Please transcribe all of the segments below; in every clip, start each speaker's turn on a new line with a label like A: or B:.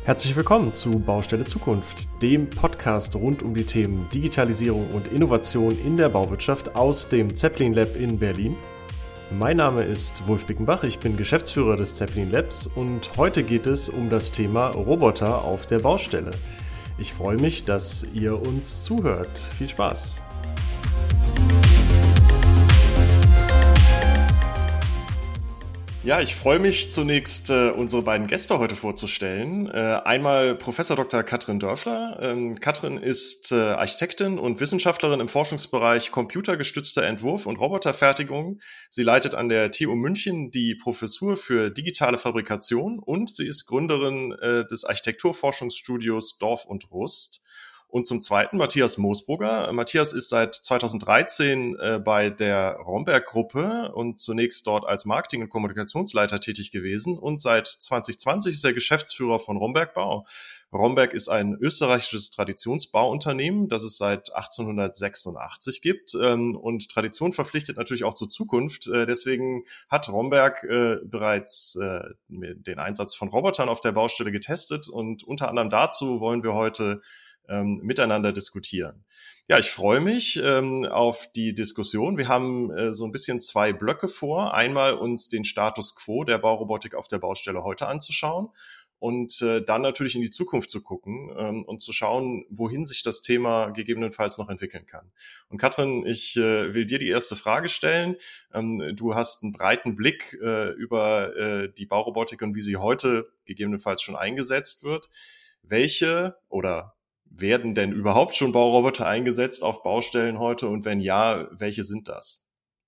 A: Herzlich willkommen zu Baustelle Zukunft, dem Podcast rund um die Themen Digitalisierung und Innovation in der Bauwirtschaft aus dem Zeppelin Lab in Berlin. Mein Name ist Wulf Bickenbach, ich bin Geschäftsführer des Zeppelin Labs und heute geht es um das Thema Roboter auf der Baustelle. Ich freue mich, dass ihr uns zuhört. Viel Spaß! Ja, ich freue mich zunächst, unsere beiden Gäste heute vorzustellen. Einmal Professor Dr. Katrin Dörfler. Katrin ist Architektin und Wissenschaftlerin im Forschungsbereich computergestützter Entwurf und Roboterfertigung. Sie leitet an der TU München die Professur für digitale Fabrikation und sie ist Gründerin des Architekturforschungsstudios Dorf und Rust. Und zum Zweiten Matthias Moosbrugger. Matthias ist seit 2013 bei der Romberg-Gruppe und zunächst dort als Marketing- und Kommunikationsleiter tätig gewesen. Und seit 2020 ist er Geschäftsführer von Romberg Bau. Romberg ist ein österreichisches Traditionsbauunternehmen, das es seit 1886 gibt. Und Tradition verpflichtet natürlich auch zur Zukunft. Deswegen hat Romberg bereits den Einsatz von Robotern auf der Baustelle getestet. Und unter anderem dazu wollen wir heute miteinander diskutieren. Ja, ich freue mich auf die Diskussion. Wir haben so ein bisschen zwei Blöcke vor. Einmal uns den Status quo der Baurobotik auf der Baustelle heute anzuschauen und dann natürlich in die Zukunft zu gucken und zu schauen, wohin sich das Thema gegebenenfalls noch entwickeln kann. Und Katrin, ich will dir die erste Frage stellen. Du hast einen breiten Blick über die Baurobotik und wie sie heute gegebenenfalls schon eingesetzt wird. Welche oder werden denn überhaupt schon Bauroboter eingesetzt auf Baustellen heute und wenn ja, welche sind das?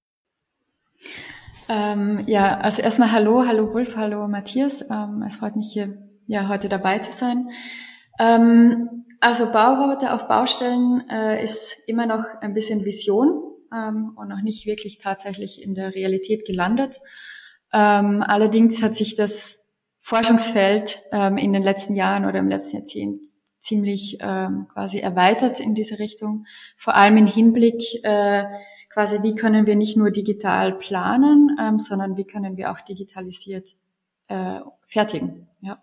B: Also erstmal hallo Wulf, hallo Matthias. Es freut mich hier heute dabei zu sein. Also Bauroboter auf Baustellen ist immer noch ein bisschen Vision und noch nicht wirklich tatsächlich in der Realität gelandet. Allerdings hat sich das Forschungsfeld in den letzten Jahren oder im letzten Jahrzehnt ziemlich quasi erweitert in diese Richtung, vor allem im Hinblick quasi, wie können wir nicht nur digital planen, sondern wie können wir auch digitalisiert fertigen. Ja.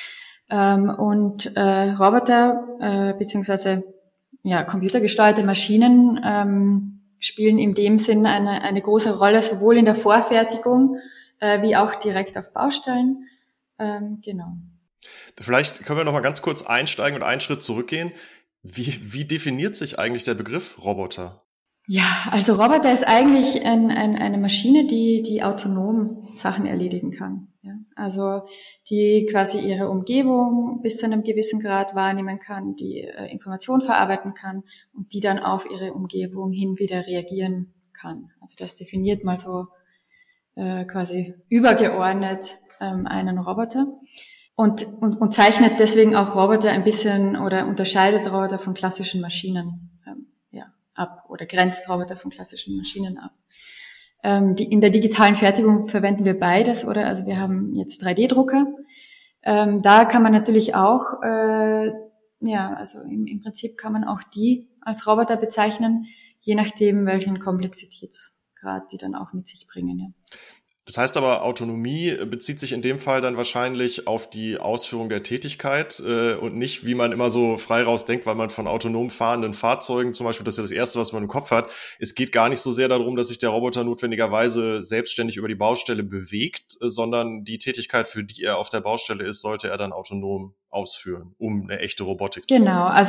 B: Roboter beziehungsweise computergesteuerte Maschinen spielen in dem Sinn eine große Rolle, sowohl in der Vorfertigung wie auch direkt auf Baustellen. Genau.
A: Vielleicht können wir noch mal ganz kurz einsteigen und einen Schritt zurückgehen. Wie definiert sich eigentlich der Begriff Roboter?
B: Ja, also Roboter ist eigentlich eine Maschine, die autonom Sachen erledigen kann. Ja? Also die quasi ihre Umgebung bis zu einem gewissen Grad wahrnehmen kann, die Information verarbeiten kann und die dann auf ihre Umgebung hin wieder reagieren kann. Also das definiert mal so quasi übergeordnet einen Roboter. Und zeichnet deswegen auch Roboter ein bisschen oder unterscheidet Roboter von klassischen Maschinen ab oder grenzt Roboter von klassischen Maschinen ab. In der digitalen Fertigung verwenden wir beides, oder? Also wir haben jetzt 3D-Drucker. Da kann man natürlich auch, also im Prinzip kann man auch die als Roboter bezeichnen, je nachdem, welchen Komplexitätsgrad die dann auch mit sich bringen. Ja.
A: Das heißt aber, Autonomie bezieht sich in dem Fall dann wahrscheinlich auf die Ausführung der Tätigkeit und nicht, wie man immer so frei raus denkt, weil man von autonom fahrenden Fahrzeugen zum Beispiel, das ist ja das Erste, was man im Kopf hat. Es geht gar nicht so sehr darum, dass sich der Roboter notwendigerweise selbstständig über die Baustelle bewegt, sondern die Tätigkeit, für die er auf der Baustelle ist, sollte er dann autonom ausführen, um eine echte Robotik zu sein.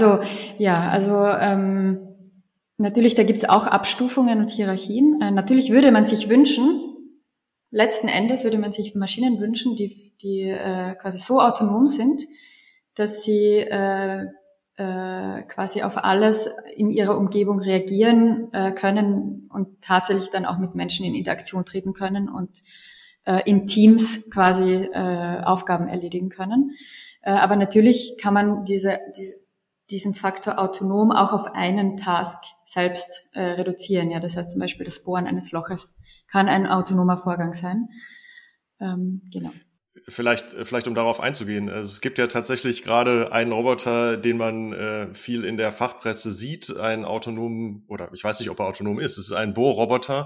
B: Genau, natürlich, da gibt's auch Abstufungen und Hierarchien. Natürlich würde man sich wünschen, letzten Endes würde man sich Maschinen wünschen, die quasi so autonom sind, dass sie quasi auf alles in ihrer Umgebung reagieren können und tatsächlich dann auch mit Menschen in Interaktion treten können und in Teams quasi Aufgaben erledigen können. Aber natürlich kann man diesen Faktor autonom auch auf einen Task selbst reduzieren. Ja, das heißt zum Beispiel das Bohren eines Loches kann ein autonomer Vorgang sein. Genau.
A: Vielleicht um darauf einzugehen. Also es gibt ja tatsächlich gerade einen Roboter, den man viel in der Fachpresse sieht, einen autonomen, oder ich weiß nicht, ob er autonom ist, es ist ein Bohrroboter,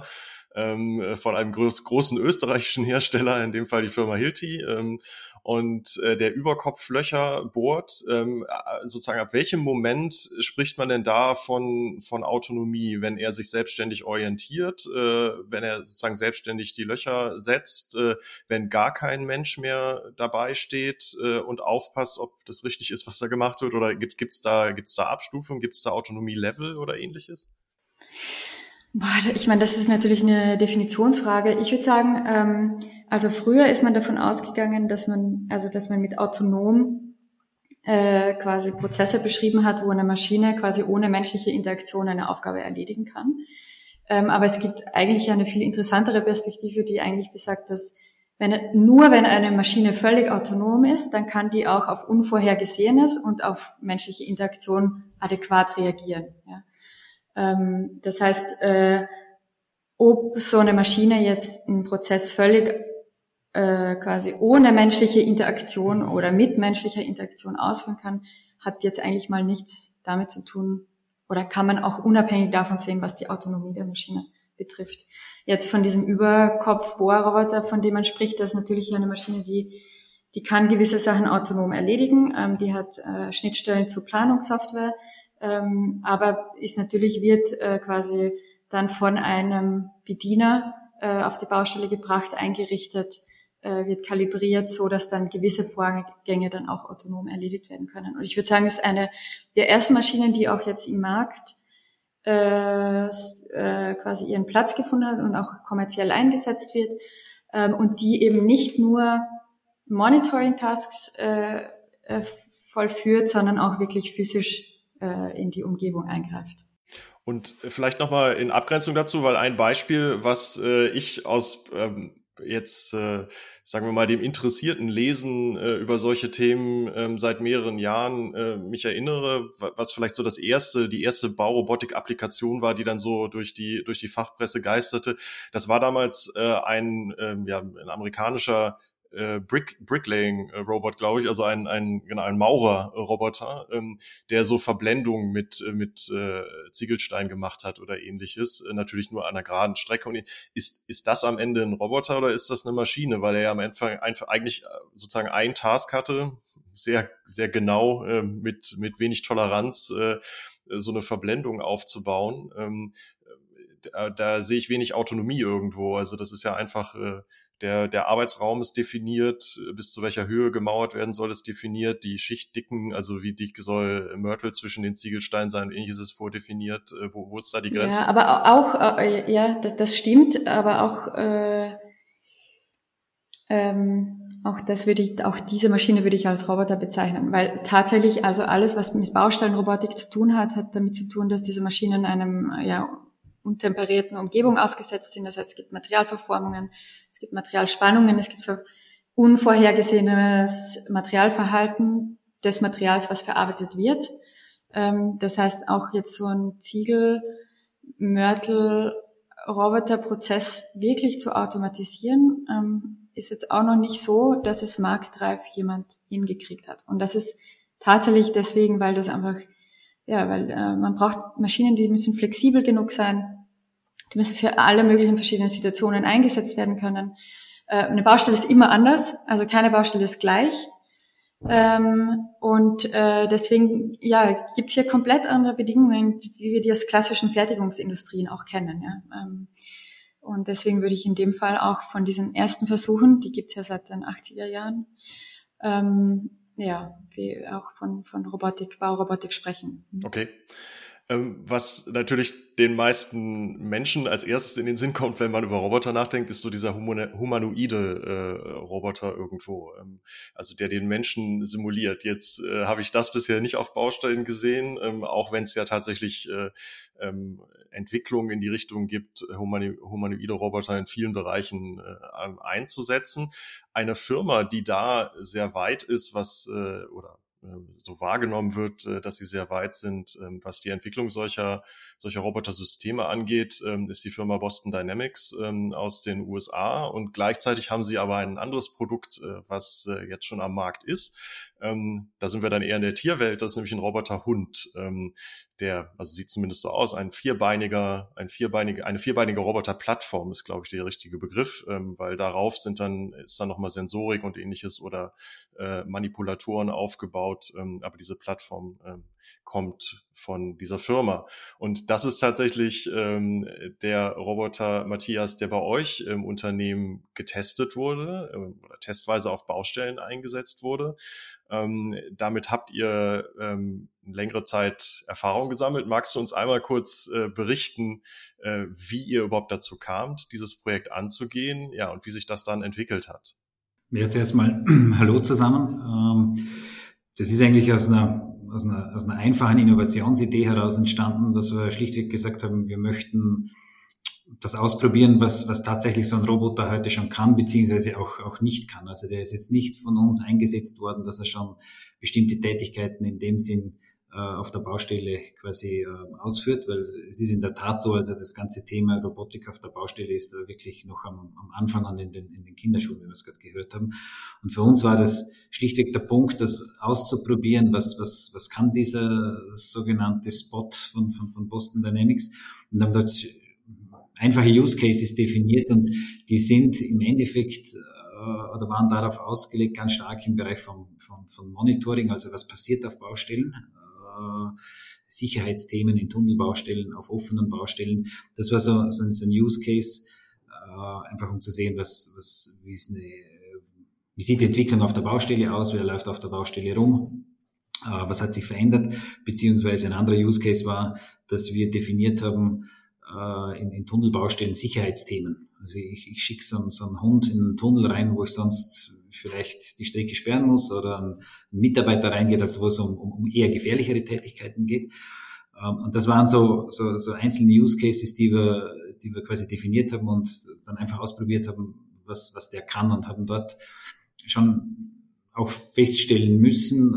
A: von einem großen österreichischen Hersteller, in dem Fall die Firma Hilti, und der Überkopflöcher bohrt. Sozusagen ab welchem Moment spricht man denn da von Autonomie, wenn er sich selbstständig orientiert, wenn er sozusagen selbstständig die Löcher setzt, wenn gar kein Mensch mehr dabei steht und aufpasst, ob das richtig ist, was da gemacht wird, oder gibt's da Abstufungen, gibt's da Autonomie-Level oder ähnliches?
B: Ich meine, das ist natürlich eine Definitionsfrage. Ich würde sagen, also früher ist man davon ausgegangen, dass man mit autonom quasi Prozesse beschrieben hat, wo eine Maschine quasi ohne menschliche Interaktion eine Aufgabe erledigen kann. Aber es gibt eigentlich eine viel interessantere Perspektive, die eigentlich besagt, dass wenn eine Maschine völlig autonom ist, dann kann die auch auf Unvorhergesehenes und auf menschliche Interaktion adäquat reagieren. Ja. Das heißt, ob so eine Maschine jetzt einen Prozess völlig quasi ohne menschliche Interaktion oder mit menschlicher Interaktion ausführen kann, hat jetzt eigentlich mal nichts damit zu tun oder kann man auch unabhängig davon sehen, was die Autonomie der Maschine betrifft. Jetzt von diesem Überkopf-Bohrroboter, von dem man spricht, das ist natürlich eine Maschine, die kann gewisse Sachen autonom erledigen, die hat Schnittstellen zur Planungssoftware, aber wird quasi dann von einem Bediener auf die Baustelle gebracht, eingerichtet, wird kalibriert, so dass dann gewisse Vorgänge dann auch autonom erledigt werden können. Und ich würde sagen, es ist eine der ersten Maschinen, die auch jetzt im Markt quasi ihren Platz gefunden hat und auch kommerziell eingesetzt wird, und die eben nicht nur Monitoring-Tasks vollführt, sondern auch wirklich physisch in die Umgebung eingreift.
A: Und vielleicht nochmal in Abgrenzung dazu, weil ein Beispiel, was ich aus sagen wir mal, dem interessierten Lesen über solche Themen seit mehreren Jahren mich erinnere, was vielleicht so die erste Baurobotik-Applikation war, die dann so durch die Fachpresse geisterte. Das war damals ein amerikanischer Bricklaying-Robot, glaube ich, also ein Maurer-Roboter, der so Verblendungen mit Ziegelstein gemacht hat oder ähnliches, natürlich nur an einer geraden Strecke. Und ist das am Ende ein Roboter oder ist das eine Maschine? Weil er ja am Anfang einfach eigentlich sozusagen einen Task hatte, sehr, sehr genau, mit wenig Toleranz, so eine Verblendung aufzubauen. Da sehe ich wenig Autonomie irgendwo. Also das ist ja einfach, der Arbeitsraum ist definiert, bis zu welcher Höhe gemauert werden soll, ist definiert, die Schichtdicken, also wie dick soll Mörtel zwischen den Ziegelsteinen sein und ähnliches ist vordefiniert. Wo ist da die Grenze?
B: Ja, aber auch, das stimmt, aber auch diese Maschine würde ich als Roboter bezeichnen, weil tatsächlich also alles, was mit Baustellenrobotik zu tun hat, hat damit zu tun, dass diese Maschinen einem untemperierten Umgebung ausgesetzt sind. Das heißt, es gibt Materialverformungen, es gibt Materialspannungen, es gibt unvorhergesehenes Materialverhalten des Materials, was verarbeitet wird. Das heißt, auch jetzt so ein Ziegel-Mörtel-Roboter-Prozess wirklich zu automatisieren, ist jetzt auch noch nicht so, dass es marktreif jemand hingekriegt hat. Und das ist tatsächlich deswegen, weil das einfach man braucht Maschinen, die müssen flexibel genug sein, die müssen für alle möglichen verschiedenen Situationen eingesetzt werden können. Eine Baustelle ist immer anders, also keine Baustelle ist gleich. Deswegen gibt es hier komplett andere Bedingungen, wie wir die aus klassischen Fertigungsindustrien auch kennen. Ja. Und deswegen würde ich in dem Fall auch von diesen ersten Versuchen, die gibt es ja seit den 80er Jahren, wie auch von Baurobotik sprechen.
A: Okay. Was natürlich den meisten Menschen als erstes in den Sinn kommt, wenn man über Roboter nachdenkt, ist so dieser humanoide Roboter irgendwo, also der den Menschen simuliert. Jetzt habe ich das bisher nicht auf Baustellen gesehen, auch wenn es ja tatsächlich Entwicklungen in die Richtung gibt, humanoide Roboter in vielen Bereichen einzusetzen. Eine Firma, die da sehr weit ist, so wahrgenommen wird, dass sie sehr weit sind, was die Entwicklung solcher Robotersysteme angeht, ist die Firma Boston Dynamics aus den USA, und gleichzeitig haben sie aber ein anderes Produkt, was jetzt schon am Markt ist. Da sind wir dann eher in der Tierwelt, das ist nämlich ein Roboterhund, also sieht zumindest so aus, eine vierbeinige Roboterplattform ist, glaube ich, der richtige Begriff, weil darauf ist dann nochmal Sensorik und ähnliches oder Manipulatoren aufgebaut, aber diese Plattform kommt von dieser Firma. Und das ist tatsächlich der Roboter Matthias, der bei euch im Unternehmen getestet wurde oder testweise auf Baustellen eingesetzt wurde. Damit habt ihr längere Zeit Erfahrung gesammelt. Magst du uns einmal kurz berichten, wie ihr überhaupt dazu kamt, dieses Projekt anzugehen, ja, und wie sich das dann entwickelt hat?
C: Ja, zuerst mal Hallo zusammen. Das ist eigentlich aus einer einfachen Innovationsidee heraus entstanden, dass wir schlichtweg gesagt haben, wir möchten das ausprobieren, was tatsächlich so ein Roboter heute schon kann, beziehungsweise auch nicht kann. Also der ist jetzt nicht von uns eingesetzt worden, dass er schon bestimmte Tätigkeiten in dem Sinn auf der Baustelle quasi ausführt, weil es ist in der Tat so, also das ganze Thema Robotik auf der Baustelle ist da wirklich noch am Anfang an in den Kinderschuhen, wie wir es gerade gehört haben. Und für uns war das schlichtweg der Punkt, das auszuprobieren, was kann dieser sogenannte Spot von Boston Dynamics, und haben dort einfache Use Cases definiert, und die sind im Endeffekt oder waren darauf ausgelegt, ganz stark im Bereich von Monitoring, also was passiert auf Baustellen, Sicherheitsthemen in Tunnelbaustellen, auf offenen Baustellen. Das war so ein Use Case, einfach um zu sehen, wie sieht die Entwicklung auf der Baustelle aus, wer läuft auf der Baustelle rum, was hat sich verändert, beziehungsweise ein anderer Use Case war, dass wir definiert haben, in Tunnelbaustellen Sicherheitsthemen. Also ich schicke so einen Hund in einen Tunnel rein, wo ich sonst vielleicht die Strecke sperren muss, oder ein Mitarbeiter reingeht, also wo es um eher gefährlichere Tätigkeiten geht. Und das waren so einzelne Use Cases, die wir quasi definiert haben und dann einfach ausprobiert haben, was der kann, und haben dort schon auch feststellen müssen,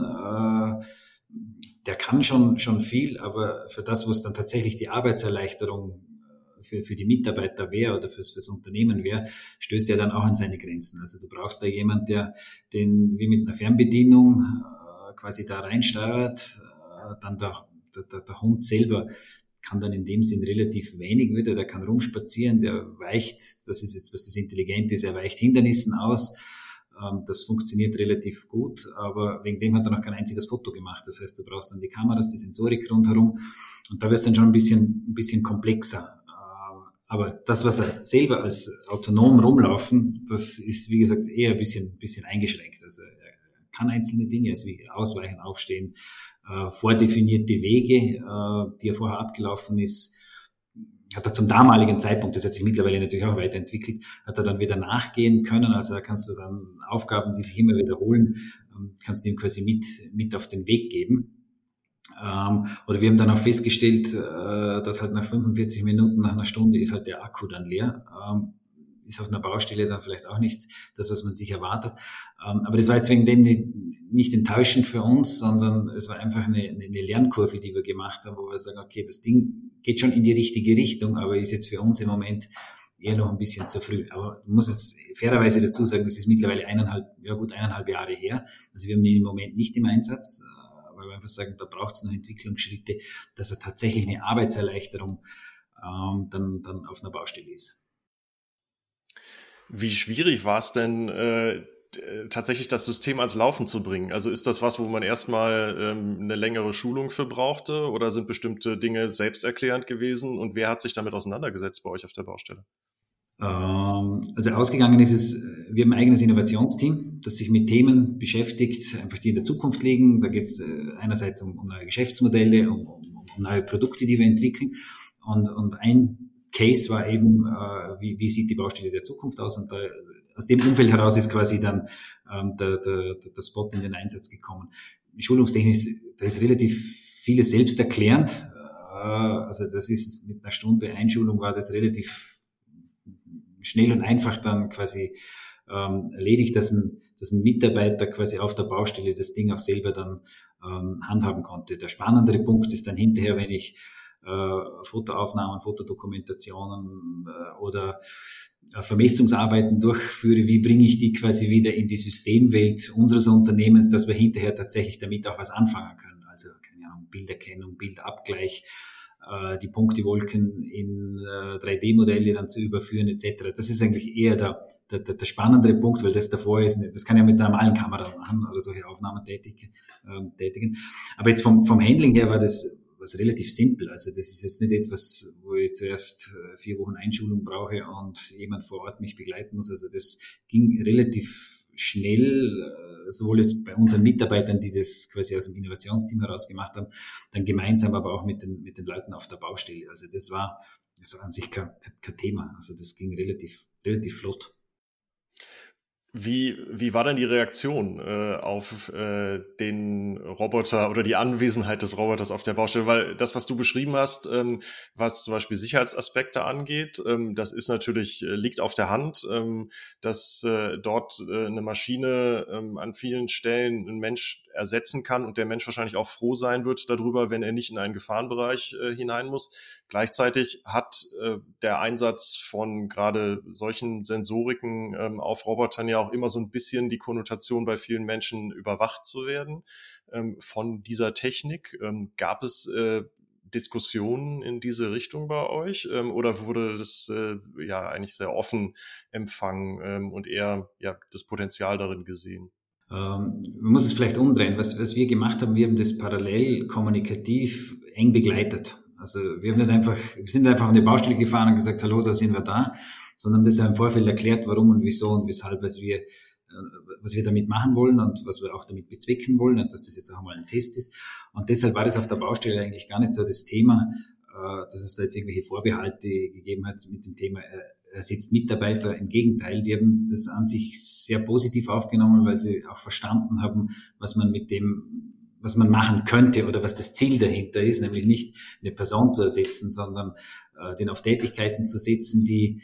C: der kann schon viel, aber für das, was dann tatsächlich die Arbeitserleichterung für die Mitarbeiter wäre oder fürs Unternehmen wäre, stößt er dann auch an seine Grenzen. Also du brauchst da jemand, der den wie mit einer Fernbedienung quasi da reinsteuert. Dann der Hund selber kann dann in dem Sinn relativ wenig wieder, der kann rumspazieren, der weicht, das ist jetzt, was das Intelligente ist, er weicht Hindernissen aus. Das funktioniert relativ gut, aber wegen dem hat er noch kein einziges Foto gemacht. Das heißt, du brauchst dann die Kameras, die Sensorik rundherum, und da wird es dann schon ein bisschen komplexer. Aber das, was er selber als autonom rumlaufen, das ist, wie gesagt, eher ein bisschen eingeschränkt. Also er kann einzelne Dinge, also wie ausweichen, aufstehen, vordefinierte Wege, die er vorher abgelaufen ist, hat er zum damaligen Zeitpunkt, das hat sich mittlerweile natürlich auch weiterentwickelt, hat er dann wieder nachgehen können. Also da kannst du dann Aufgaben, die sich immer wiederholen, kannst du ihm quasi mit auf den Weg geben. Oder wir haben dann auch festgestellt, dass halt nach 45 Minuten, nach einer Stunde ist halt der Akku dann leer. Ist auf einer Baustelle dann vielleicht auch nicht das, was man sich erwartet. Aber das war jetzt wegen dem nicht enttäuschend für uns, sondern es war einfach eine Lernkurve, die wir gemacht haben, wo wir sagen, okay, das Ding geht schon in die richtige Richtung, aber ist jetzt für uns im Moment eher noch ein bisschen zu früh. Aber man muss jetzt fairerweise dazu sagen, das ist mittlerweile 1,5 Jahre her. Also wir haben ihn im Moment nicht im Einsatz, weil wir einfach sagen, da braucht es noch Entwicklungsschritte, dass er tatsächlich eine Arbeitserleichterung dann auf einer Baustelle ist.
A: Wie schwierig war es denn, tatsächlich das System ans Laufen zu bringen? Also ist das was, wo man erstmal eine längere Schulung für brauchte, oder sind bestimmte Dinge selbsterklärend gewesen, und wer hat sich damit auseinandergesetzt bei euch auf der Baustelle?
C: Also ausgegangen ist es, wir haben ein eigenes Innovationsteam, das sich mit Themen beschäftigt, einfach die in der Zukunft liegen. Da geht es einerseits um neue Geschäftsmodelle, um neue Produkte, die wir entwickeln, und ein Case war eben, wie sieht die Baustelle der Zukunft aus, und aus dem Umfeld heraus ist quasi dann der Spot in den Einsatz gekommen. Schulungstechnisch, da ist relativ vieles selbsterklärend, also das ist mit einer Stunde Einschulung war das relativ schnell und einfach dann quasi erledigt, dass ein Mitarbeiter quasi auf der Baustelle das Ding auch selber dann handhaben konnte. Der spannendere Punkt ist dann hinterher, wenn ich Fotoaufnahmen, Fotodokumentationen oder Vermessungsarbeiten durchführe, wie bringe ich die quasi wieder in die Systemwelt unseres Unternehmens, dass wir hinterher tatsächlich damit auch was anfangen können. Also, keine Ahnung, Bilderkennung, Bildabgleich, die Punktewolken in 3D-Modelle dann zu überführen etc. Das ist eigentlich eher der spannendere Punkt, weil das davor ist, das kann ja mit einer normalen Kamera machen oder solche Aufnahmen tätigen. Aber jetzt vom Handling her war das was relativ simpel. Also das ist jetzt nicht etwas, wo ich zuerst 4 Wochen Einschulung brauche und jemand vor Ort mich begleiten muss. Also das ging relativ schnell, sowohl jetzt bei unseren Mitarbeitern, die das quasi aus dem Innovationsteam heraus gemacht haben, dann gemeinsam aber auch mit den Leuten auf der Baustelle. Also das war an sich kein Thema. Also das ging relativ flott.
A: Wie war denn die Reaktion auf den Roboter oder die Anwesenheit des Roboters auf der Baustelle? Weil das, was du beschrieben hast, was zum Beispiel Sicherheitsaspekte angeht, das ist natürlich, liegt auf der Hand, dass dort eine Maschine an vielen Stellen einen Mensch ersetzen kann und der Mensch wahrscheinlich auch froh sein wird darüber, wenn er nicht in einen Gefahrenbereich hinein muss. Gleichzeitig hat der Einsatz von gerade solchen Sensoriken auf Robotern ja auch immer so ein bisschen die Konnotation bei vielen Menschen, überwacht zu werden von dieser Technik. Gab es Diskussionen in diese Richtung bei euch oder wurde das eigentlich sehr offen empfangen und eher das Potenzial darin gesehen?
C: Man muss es vielleicht umdrehen. Was wir gemacht haben, wir haben das parallel kommunikativ eng begleitet. Also wir sind einfach auf eine Baustelle gefahren und gesagt, hallo, da sind wir da, sondern das im Vorfeld erklärt, warum und wieso und weshalb, was wir damit machen wollen und was wir auch damit bezwecken wollen und dass das jetzt auch mal ein Test ist. Und deshalb war das auf der Baustelle eigentlich gar nicht so das Thema, dass es da jetzt irgendwelche Vorbehalte gegeben hat mit dem Thema ersetzt Mitarbeiter. Im Gegenteil, die haben das an sich sehr positiv aufgenommen, weil sie auch verstanden haben, was man machen könnte oder was das Ziel dahinter ist, nämlich nicht eine Person zu ersetzen, sondern den auf Tätigkeiten zu setzen, die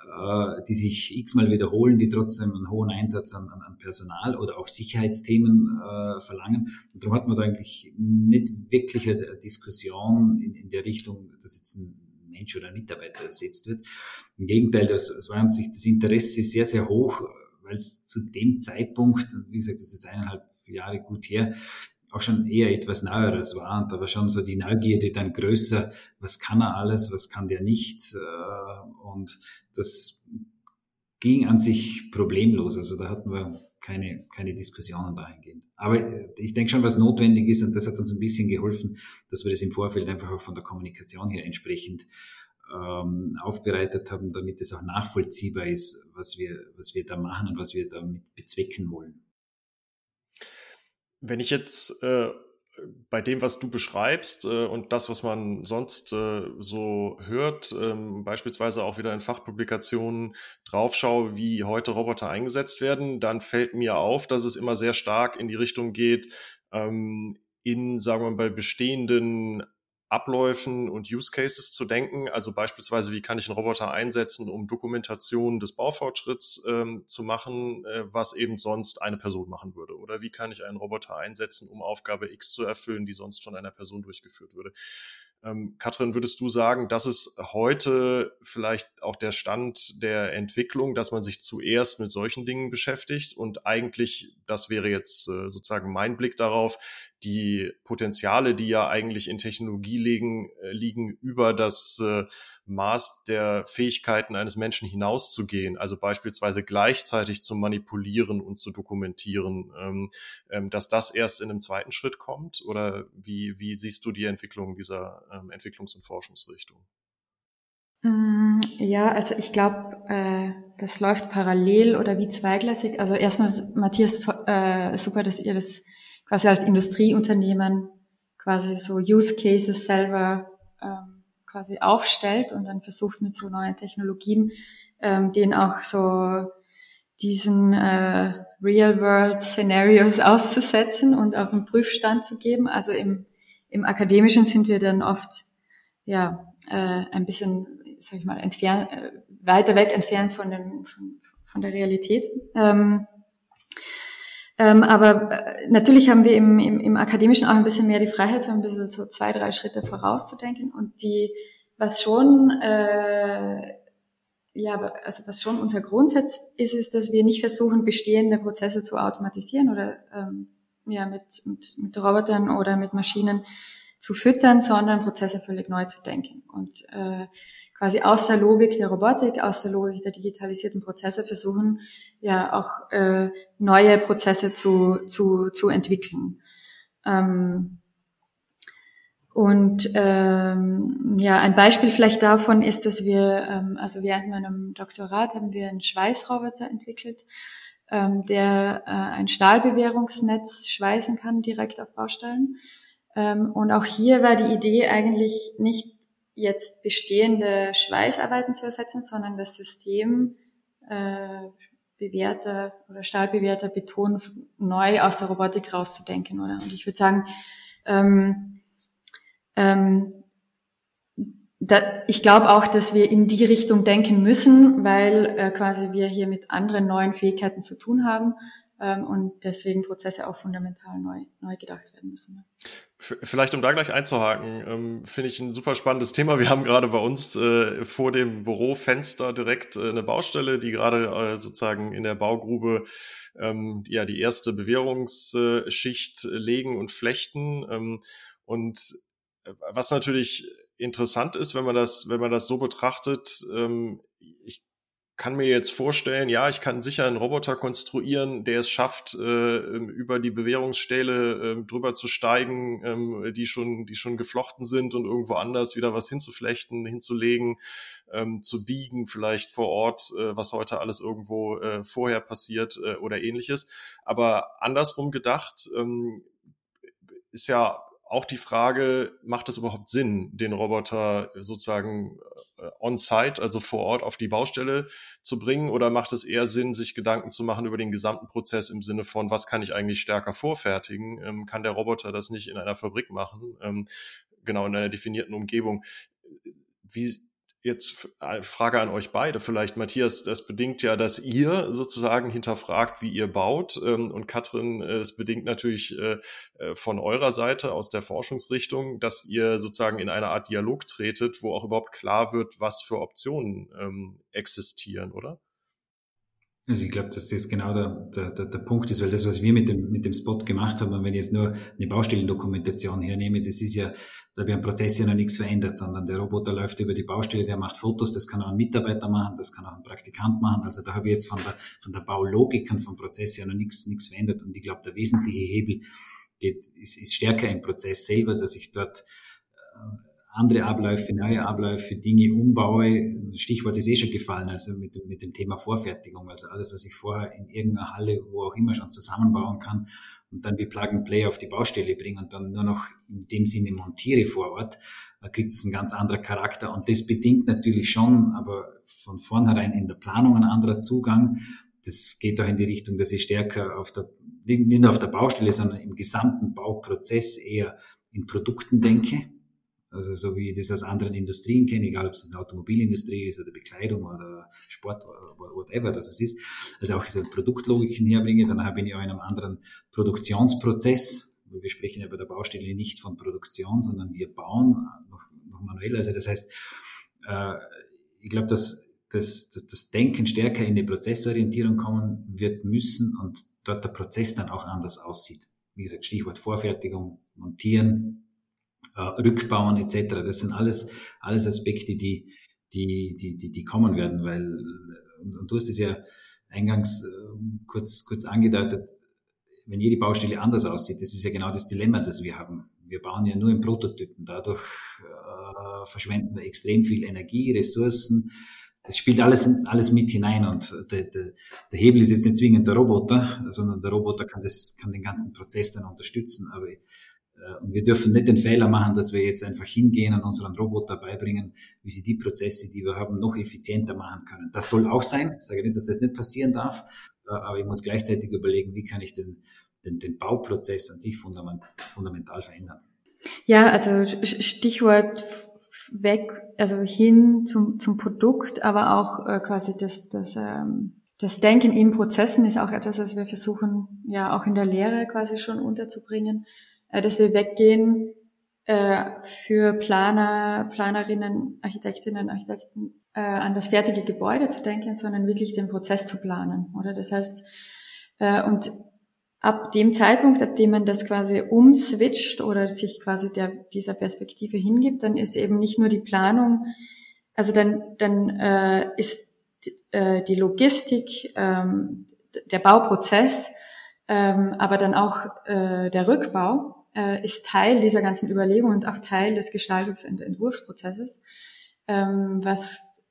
C: sich x-mal wiederholen, die trotzdem einen hohen Einsatz an Personal oder auch Sicherheitsthemen verlangen. Und darum hat man da eigentlich nicht wirklich eine Diskussion in der Richtung, dass jetzt ein Mensch oder ein Mitarbeiter ersetzt wird. Im Gegenteil, das war an sich das Interesse sehr, sehr hoch, weil es zu dem Zeitpunkt, wie gesagt, das ist jetzt 1,5 Jahre gut her, auch schon eher etwas Neueres war. Und da war schon so die Neugierde dann größer. Was kann er alles? Was kann der nicht? Und das ging an sich problemlos. Also da hatten wir keine Diskussionen dahingehend. Aber ich denke schon, was notwendig ist, und das hat uns ein bisschen geholfen, dass wir das im Vorfeld einfach auch von der Kommunikation her entsprechend aufbereitet haben, damit es auch nachvollziehbar ist, was wir da machen und was wir damit bezwecken wollen.
A: Wenn ich jetzt bei dem, was du beschreibst und das, was man sonst so hört, beispielsweise auch wieder in Fachpublikationen draufschaue, wie heute Roboter eingesetzt werden, dann fällt mir auf, dass es immer sehr stark in die Richtung geht, sagen wir mal, bei bestehenden Abläufen und Use Cases zu denken. Also beispielsweise, wie kann ich einen Roboter einsetzen, um Dokumentation des Baufortschritts zu machen, was eben sonst eine Person machen würde? Oder wie kann ich einen Roboter einsetzen, um Aufgabe X zu erfüllen, die sonst von einer Person durchgeführt würde? Katrin, würdest du sagen, das ist heute vielleicht auch der Stand der Entwicklung, dass man sich zuerst mit solchen Dingen beschäftigt und eigentlich, das wäre jetzt sozusagen mein Blick darauf, die Potenziale, die ja eigentlich in Technologie liegen über das Maß der Fähigkeiten eines Menschen hinauszugehen, also beispielsweise gleichzeitig zu manipulieren und zu dokumentieren, dass das erst in einem zweiten Schritt kommt? Oder wie siehst du die Entwicklung dieser Entwicklungs- und Forschungsrichtung?
B: Ja, also ich glaube, das läuft parallel oder wie zweigleisig. Also erstmal, Matthias, super, dass ihr das quasi als Industrieunternehmen quasi so Use Cases selber quasi aufstellt und dann versucht mit so neuen Technologien denen auch so diesen Real-World-Szenarios auszusetzen und auf den Prüfstand zu geben. Also im Akademischen sind wir dann oft ein bisschen, sag ich mal, weiter weg entfernt von der Realität. Aber natürlich haben wir im Akademischen auch ein bisschen mehr die Freiheit, so ein bisschen so 2-3 Schritte vorauszudenken. Und was schon unser Grundsatz ist, dass wir nicht versuchen, bestehende Prozesse zu automatisieren oder mit Robotern oder mit Maschinen zu füttern, sondern Prozesse völlig neu zu denken und quasi aus der Logik der Robotik, aus der Logik der digitalisierten Prozesse versuchen, ja auch neue Prozesse zu entwickeln. Ein Beispiel vielleicht davon ist, dass wir, also während meinem Doktorat haben wir einen Schweißroboter entwickelt, der ein Stahlbewehrungsnetz schweißen kann direkt auf Baustellen. Und auch hier war die Idee eigentlich nicht jetzt bestehende Schweißarbeiten zu ersetzen, sondern das System bewährter oder stahlbewährter Beton neu aus der Robotik rauszudenken, oder? Und ich würde sagen, ich glaube auch, dass wir in die Richtung denken müssen, weil quasi wir hier mit anderen neuen Fähigkeiten zu tun haben und deswegen Prozesse auch fundamental neu gedacht werden müssen.
A: Vielleicht, um da gleich einzuhaken, finde ich ein super spannendes Thema. Wir haben gerade bei uns vor dem Bürofenster direkt eine Baustelle, die gerade sozusagen in der Baugrube die erste Bewehrungsschicht legen und flechten. Und was natürlich interessant ist, wenn man das so betrachtet, ich kann mir jetzt vorstellen, ja, ich kann sicher einen Roboter konstruieren, der es schafft, über die Bewehrungsstähle drüber zu steigen, die schon geflochten sind und irgendwo anders wieder was hinzuflechten, hinzulegen, zu biegen, vielleicht vor Ort, was heute alles irgendwo vorher passiert oder ähnliches. Aber andersrum gedacht, ist ja auch die Frage, macht es überhaupt Sinn, den Roboter sozusagen on-site, also vor Ort auf die Baustelle zu bringen, oder macht es eher Sinn, sich Gedanken zu machen über den gesamten Prozess im Sinne von, was kann ich eigentlich stärker vorfertigen? Kann der Roboter das nicht in einer Fabrik machen? Genau, in einer definierten Umgebung. Jetzt Frage an euch beide vielleicht, Matthias, das bedingt ja, dass ihr sozusagen hinterfragt, wie ihr baut, und Katrin, es bedingt natürlich von eurer Seite aus der Forschungsrichtung, dass ihr sozusagen in eine Art Dialog tretet, wo auch überhaupt klar wird, was für Optionen existieren, oder?
C: Also ich glaube, dass das genau der Punkt ist, weil das, was wir mit dem Spot gemacht haben, und wenn ich jetzt nur eine Baustellendokumentation hernehme, das ist ja, da wird am Prozess ja noch nichts verändert, sondern der Roboter läuft über die Baustelle, der macht Fotos, das kann auch ein Mitarbeiter machen, das kann auch ein Praktikant machen. Also da habe ich jetzt von der Baulogik und vom Prozess ja noch nichts verändert. Und ich glaube, der wesentliche Hebel ist stärker im Prozess selber, dass ich dort andere Abläufe, neue Abläufe, Dinge umbaue. Stichwort ist schon gefallen, also mit dem Thema Vorfertigung. Also alles, was ich vorher in irgendeiner Halle, wo auch immer schon zusammenbauen kann und dann wie Plug and Play auf die Baustelle bringe und dann nur noch in dem Sinne montiere vor Ort, kriegt es einen ganz anderen Charakter. Und das bedingt natürlich schon, aber von vornherein in der Planung ein anderer Zugang. Das geht auch in die Richtung, dass ich stärker nicht nur auf der Baustelle, sondern im gesamten Bauprozess eher in Produkten denke. Also so wie ich das aus anderen Industrien kenne, egal ob es eine Automobilindustrie ist oder Bekleidung oder Sport, whatever das es ist. Also auch so Produktlogiken herbringe, dann bin ich auch in einem anderen Produktionsprozess. Wir sprechen ja bei der Baustelle nicht von Produktion, sondern wir bauen noch manuell. Also das heißt, ich glaube, dass das Denken stärker in die Prozessorientierung kommen wird müssen und dort der Prozess dann auch anders aussieht. Wie gesagt, Stichwort Vorfertigung, Montieren, Rückbauen etc. Das sind alles Aspekte, die kommen werden, weil, und du hast es ja eingangs kurz angedeutet, wenn jede Baustelle anders aussieht, das ist ja genau das Dilemma, das wir haben. Wir bauen ja nur in Prototypen, dadurch verschwenden wir extrem viel Energie, Ressourcen. Das spielt alles mit hinein und der Hebel ist jetzt nicht zwingend der Roboter, sondern der Roboter kann den ganzen Prozess dann unterstützen, aber und wir dürfen nicht den Fehler machen, dass wir jetzt einfach hingehen und unseren Roboter beibringen, wie sie die Prozesse, die wir haben, noch effizienter machen können. Das soll auch sein. Ich sage nicht, dass das nicht passieren darf, aber ich muss gleichzeitig überlegen, wie kann ich den Bauprozess an sich fundamental verändern.
B: Ja, also Stichwort weg, also hin zum Produkt, aber auch quasi das Denken in Prozessen ist auch etwas, was wir versuchen, ja auch in der Lehre quasi schon unterzubringen, dass wir weggehen für Planer, Planerinnen, Architektinnen, Architekten an das fertige Gebäude zu denken, sondern wirklich den Prozess zu planen, oder? Das heißt, und ab dem Zeitpunkt, ab dem man das quasi umswitcht oder sich quasi dieser Perspektive hingibt, dann ist eben nicht nur die Planung, also dann ist die Logistik, der Bauprozess, aber dann auch der Rückbau ist Teil dieser ganzen Überlegung und auch Teil des Gestaltungs- und Entwurfsprozesses, was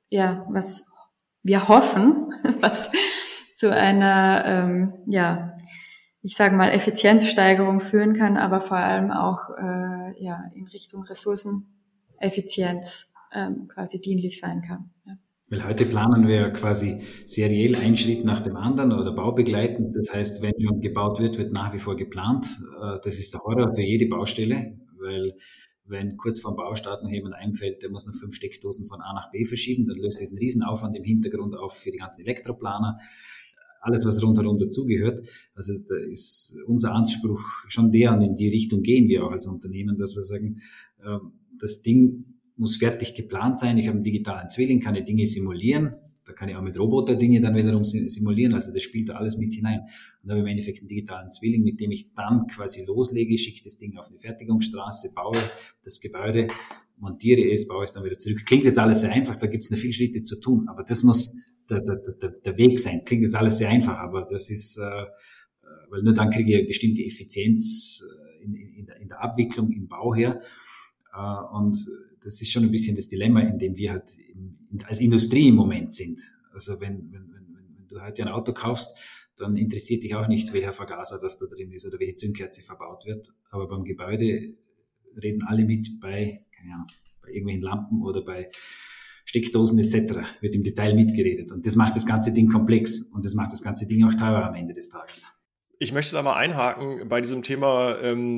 B: wir hoffen, was zu einer ich sage mal, Effizienzsteigerung führen kann, aber vor allem auch in Richtung Ressourceneffizienz quasi dienlich sein kann. Ja.
C: Weil heute planen wir ja quasi seriell einen Schritt nach dem anderen oder baubegleitend. Das heißt, wenn schon gebaut wird, wird nach wie vor geplant. Das ist der Horror für jede Baustelle, weil wenn kurz vor dem Baustart noch jemand einfällt, der muss noch 5 Steckdosen von A nach B verschieben, dann löst das einen Riesenaufwand im Hintergrund auf für die ganzen Elektroplaner. Alles, was rundherum dazugehört. Also da ist unser Anspruch schon der, und in die Richtung gehen wir auch als Unternehmen, dass wir sagen, das Ding muss fertig geplant sein. Ich habe einen digitalen Zwilling, kann ich Dinge simulieren. Da kann ich auch mit Roboter Dinge dann wiederum simulieren. Also das spielt da alles mit hinein. Und dann habe ich im Endeffekt einen digitalen Zwilling, mit dem ich dann quasi loslege, schicke das Ding auf eine Fertigungsstraße, baue das Gebäude, montiere es, baue es dann wieder zurück. Klingt jetzt alles sehr einfach, da gibt es noch viele Schritte zu tun, aber das muss der Weg sein. Klingt jetzt alles sehr einfach, aber das ist, weil nur dann kriege ich eine bestimmte Effizienz in der Abwicklung, im Bau her. Und das ist schon ein bisschen das Dilemma, in dem wir halt als Industrie im Moment sind. Also wenn du heute ein Auto kaufst, dann interessiert dich auch nicht, welcher Vergaser das da drin ist oder welche Zündkerze verbaut wird. Aber beim Gebäude reden alle mit bei, keine Ahnung, bei irgendwelchen Lampen oder bei Steckdosen etc. wird im Detail mitgeredet. Und das macht das ganze Ding komplex und das macht das ganze Ding auch teurer am Ende des Tages.
A: Ich möchte da mal einhaken bei diesem Thema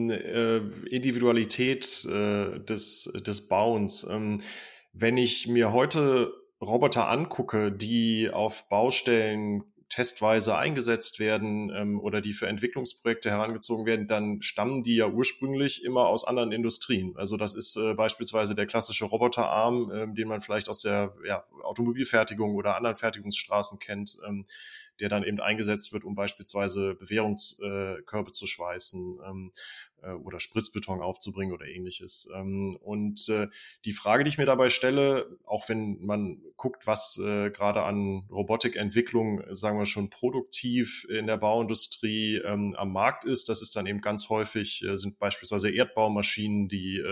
A: Individualität des Bauens. Wenn ich mir heute Roboter angucke, die auf Baustellen testweise eingesetzt werden oder die für Entwicklungsprojekte herangezogen werden, dann stammen die ja ursprünglich immer aus anderen Industrien. Also das ist beispielsweise der klassische Roboterarm, den man vielleicht aus der Automobilfertigung oder anderen Fertigungsstraßen kennt, der dann eben eingesetzt wird, um beispielsweise Bewährungskörbe zu schweißen oder Spritzbeton aufzubringen oder ähnliches. Und die Frage, die ich mir dabei stelle, auch wenn man guckt, was gerade an Robotikentwicklung, sagen wir schon, produktiv in der Bauindustrie am Markt ist, das ist dann eben ganz häufig, sind beispielsweise Erdbaumaschinen, die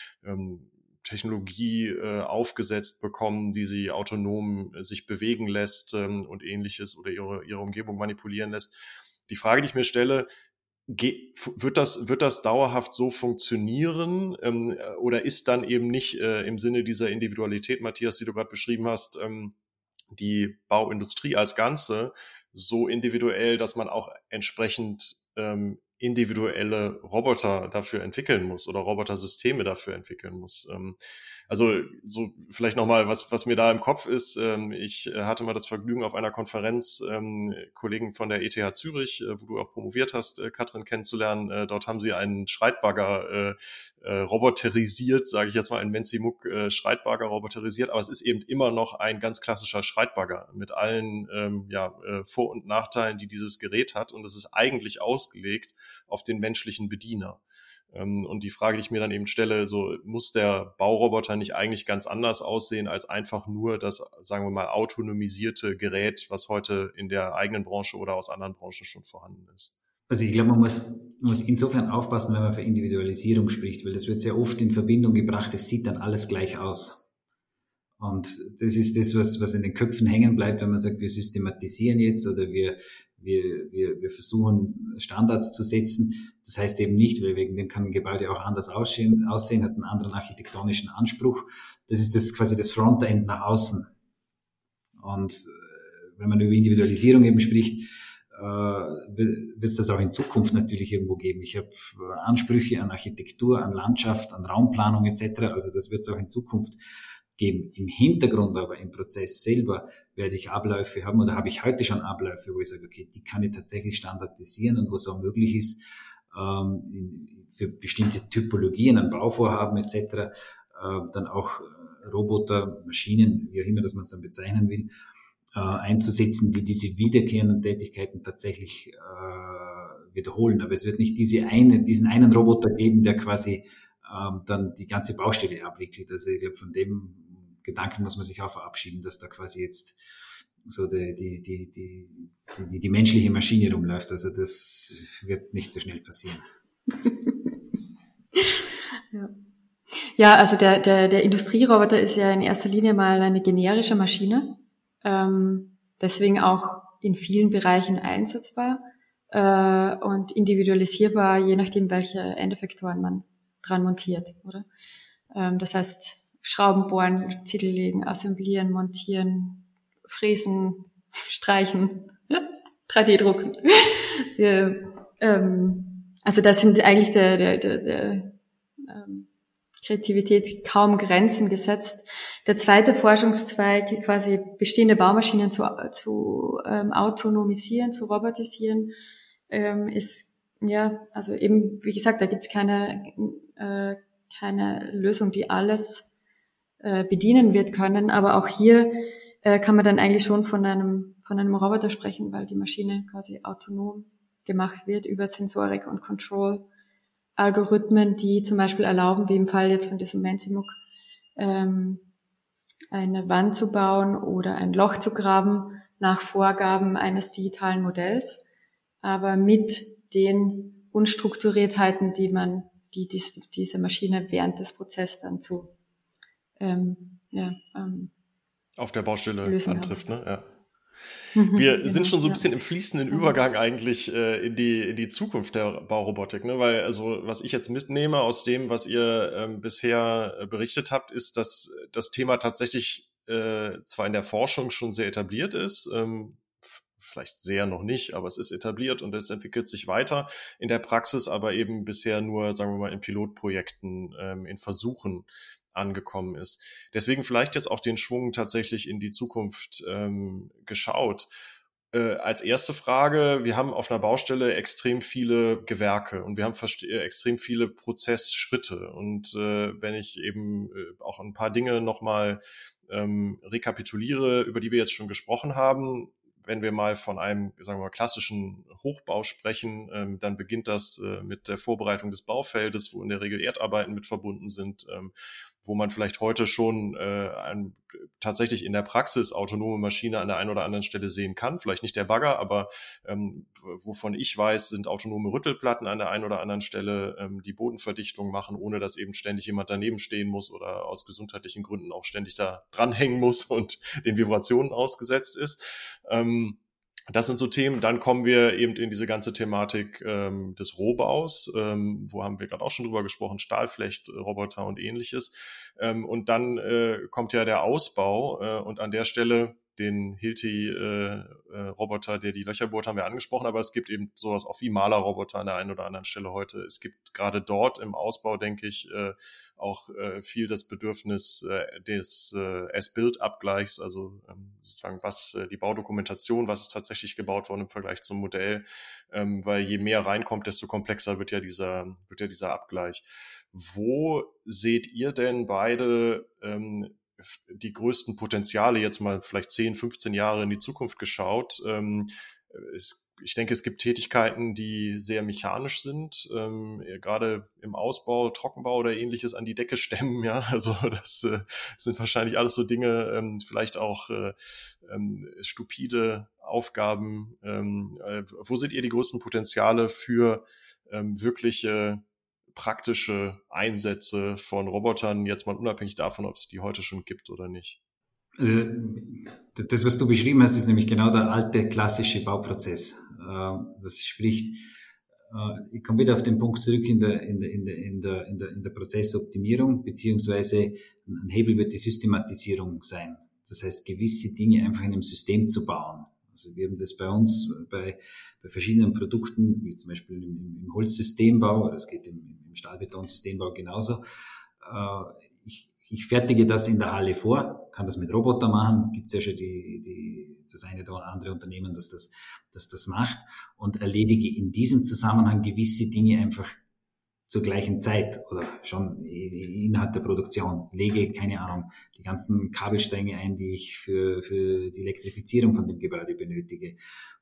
A: Technologie aufgesetzt bekommen, die sie autonom sich bewegen lässt und ähnliches oder ihre Umgebung manipulieren lässt. Die Frage, die ich mir stelle, wird das dauerhaft so funktionieren oder ist dann eben nicht im Sinne dieser Individualität, Matthias, die du gerade beschrieben hast, die Bauindustrie als Ganze so individuell, dass man auch entsprechend individuelle Roboter dafür entwickeln muss oder Robotersysteme dafür entwickeln muss. Also so vielleicht nochmal, was mir da im Kopf ist. Ich hatte mal das Vergnügen, auf einer Konferenz Kollegen von der ETH Zürich, wo du auch promoviert hast, Katrin, kennenzulernen. Dort haben sie einen Schreitbagger roboterisiert, sage ich jetzt mal, einen Menzimuk Schreitbagger roboterisiert, aber es ist eben immer noch ein ganz klassischer Schreitbagger mit allen Vor- und Nachteilen, die dieses Gerät hat, und es ist eigentlich ausgelegt auf den menschlichen Bediener. Und die Frage, die ich mir dann eben stelle, so muss der Bauroboter nicht eigentlich ganz anders aussehen als einfach nur das, sagen wir mal, autonomisierte Gerät, was heute in der eigenen Branche oder aus anderen Branchen schon vorhanden ist?
C: Also ich glaube, man muss insofern aufpassen, wenn man für Individualisierung spricht, weil das wird sehr oft in Verbindung gebracht, es sieht dann alles gleich aus. Und das ist das, was in den Köpfen hängen bleibt, wenn man sagt, wir systematisieren jetzt oder wir versuchen Standards zu setzen. Das heißt eben nicht, weil wegen dem kann ein Gebäude auch anders aussehen, hat einen anderen architektonischen Anspruch. Das ist das quasi das Frontend nach außen. Und wenn man über Individualisierung eben spricht, wird es das auch in Zukunft natürlich irgendwo geben. Ich habe Ansprüche an Architektur, an Landschaft, an Raumplanung etc. Also das wird es auch in Zukunft geben. Im Hintergrund aber, im Prozess selber, werde ich Abläufe haben oder habe ich heute schon Abläufe, wo ich sage, okay, die kann ich tatsächlich standardisieren und wo es auch möglich ist, für bestimmte Typologien an Bauvorhaben etc. Dann auch Roboter, Maschinen, wie auch immer, dass man es dann bezeichnen will, einzusetzen, die diese wiederkehrenden Tätigkeiten tatsächlich wiederholen. Aber es wird nicht diesen einen Roboter geben, der quasi dann die ganze Baustelle abwickelt. Also ich glaube, von dem Gedanken muss man sich auch verabschieden, dass da quasi jetzt so die menschliche Maschine rumläuft. Also das wird nicht so schnell passieren.
B: Ja, also der Industrieroboter ist ja in erster Linie mal eine generische Maschine, deswegen auch in vielen Bereichen einsetzbar und individualisierbar, je nachdem, welche Endeffektoren man dran montiert, oder? Das heißt, Schrauben bohren, Ziegel legen, assemblieren, montieren, fräsen, streichen, 3D-drucken. Also das sind eigentlich der Kreativität kaum Grenzen gesetzt. Der zweite Forschungszweig, quasi bestehende Baumaschinen zu autonomisieren, zu robotisieren, ist, ja, also eben, wie gesagt, da gibt es keine Lösung, die alles bedienen wird können, aber auch hier kann man dann eigentlich schon von einem Roboter sprechen, weil die Maschine quasi autonom gemacht wird über Sensorik und Control-Algorithmen, die zum Beispiel erlauben, wie im Fall jetzt von diesem Menzimuk, eine Wand zu bauen oder ein Loch zu graben nach Vorgaben eines digitalen Modells, aber mit den Unstrukturiertheiten, die diese Maschine während des Prozesses dann
A: auf der Baustelle antrifft, ne? Ja. Wir sind schon so ein bisschen im fließenden Übergang eigentlich in die Zukunft der Baurobotik, ne? Weil, also was ich jetzt mitnehme aus dem, was ihr bisher berichtet habt, ist, dass das Thema tatsächlich zwar in der Forschung schon sehr etabliert ist, vielleicht sehr noch nicht, aber es ist etabliert und es entwickelt sich weiter in der Praxis, aber eben bisher nur, sagen wir mal, in Pilotprojekten, in Versuchen angekommen ist. Deswegen vielleicht jetzt auch den Schwung tatsächlich in die Zukunft geschaut. Als erste Frage, wir haben auf einer Baustelle extrem viele Gewerke und wir haben extrem viele Prozessschritte. Und wenn ich eben auch ein paar Dinge nochmal rekapituliere, über die wir jetzt schon gesprochen haben, wenn wir mal von einem, sagen wir mal, klassischen Hochbau sprechen, dann beginnt das mit der Vorbereitung des Baufeldes, wo in der Regel Erdarbeiten mit verbunden sind, wo man vielleicht heute schon tatsächlich in der Praxis autonome Maschine an der einen oder anderen Stelle sehen kann. Vielleicht nicht der Bagger, aber wovon ich weiß, sind autonome Rüttelplatten an der einen oder anderen Stelle, die Bodenverdichtung machen, ohne dass eben ständig jemand daneben stehen muss oder aus gesundheitlichen Gründen auch ständig da dranhängen muss und den Vibrationen ausgesetzt ist. Das sind so Themen. Dann kommen wir eben in diese ganze Thematik des Rohbaus. Wo haben wir gerade auch schon drüber gesprochen? Stahlflecht, Roboter und ähnliches. Und dann kommt ja der Ausbau. Und an der Stelle den Hilti-Roboter, der die Löcher bohrt, haben wir angesprochen. Aber es gibt eben sowas auch wie Malerroboter an der einen oder anderen Stelle heute. Es gibt gerade dort im Ausbau, denke ich, auch viel das Bedürfnis des As-Build-Abgleichs, also sozusagen die Baudokumentation, was ist tatsächlich gebaut worden im Vergleich zum Modell, weil je mehr reinkommt, desto komplexer wird ja dieser Abgleich. Wo seht ihr denn beide die größten Potenziale jetzt mal vielleicht 10, 15 Jahre in die Zukunft geschaut? Ich denke, es gibt Tätigkeiten, die sehr mechanisch sind, gerade im Ausbau, Trockenbau oder ähnliches an die Decke stemmen, ja, also das sind wahrscheinlich alles so Dinge, vielleicht auch stupide Aufgaben. Wo seht ihr die größten Potenziale für wirkliche praktische Einsätze von Robotern, jetzt mal unabhängig davon, ob es die heute schon gibt oder nicht?
C: Also das, was du beschrieben hast, ist nämlich genau der alte klassische Bauprozess. Das spricht, ich komme wieder auf den Punkt zurück in der Prozessoptimierung, beziehungsweise ein Hebel wird die Systematisierung sein. Das heißt, gewisse Dinge einfach in einem System zu bauen. Also wir haben das bei uns bei verschiedenen Produkten, wie zum Beispiel im Holzsystembau, oder es geht im Stahlbetonsystembau genauso. Ich fertige das in der Halle vor, kann das mit Roboter machen, gibt es ja schon das eine oder andere Unternehmen, das macht, und erledige in diesem Zusammenhang gewisse Dinge einfach zur gleichen Zeit oder schon innerhalb der Produktion. Lege, keine Ahnung, die ganzen Kabelstränge ein, die ich für die Elektrifizierung von dem Gebäude benötige.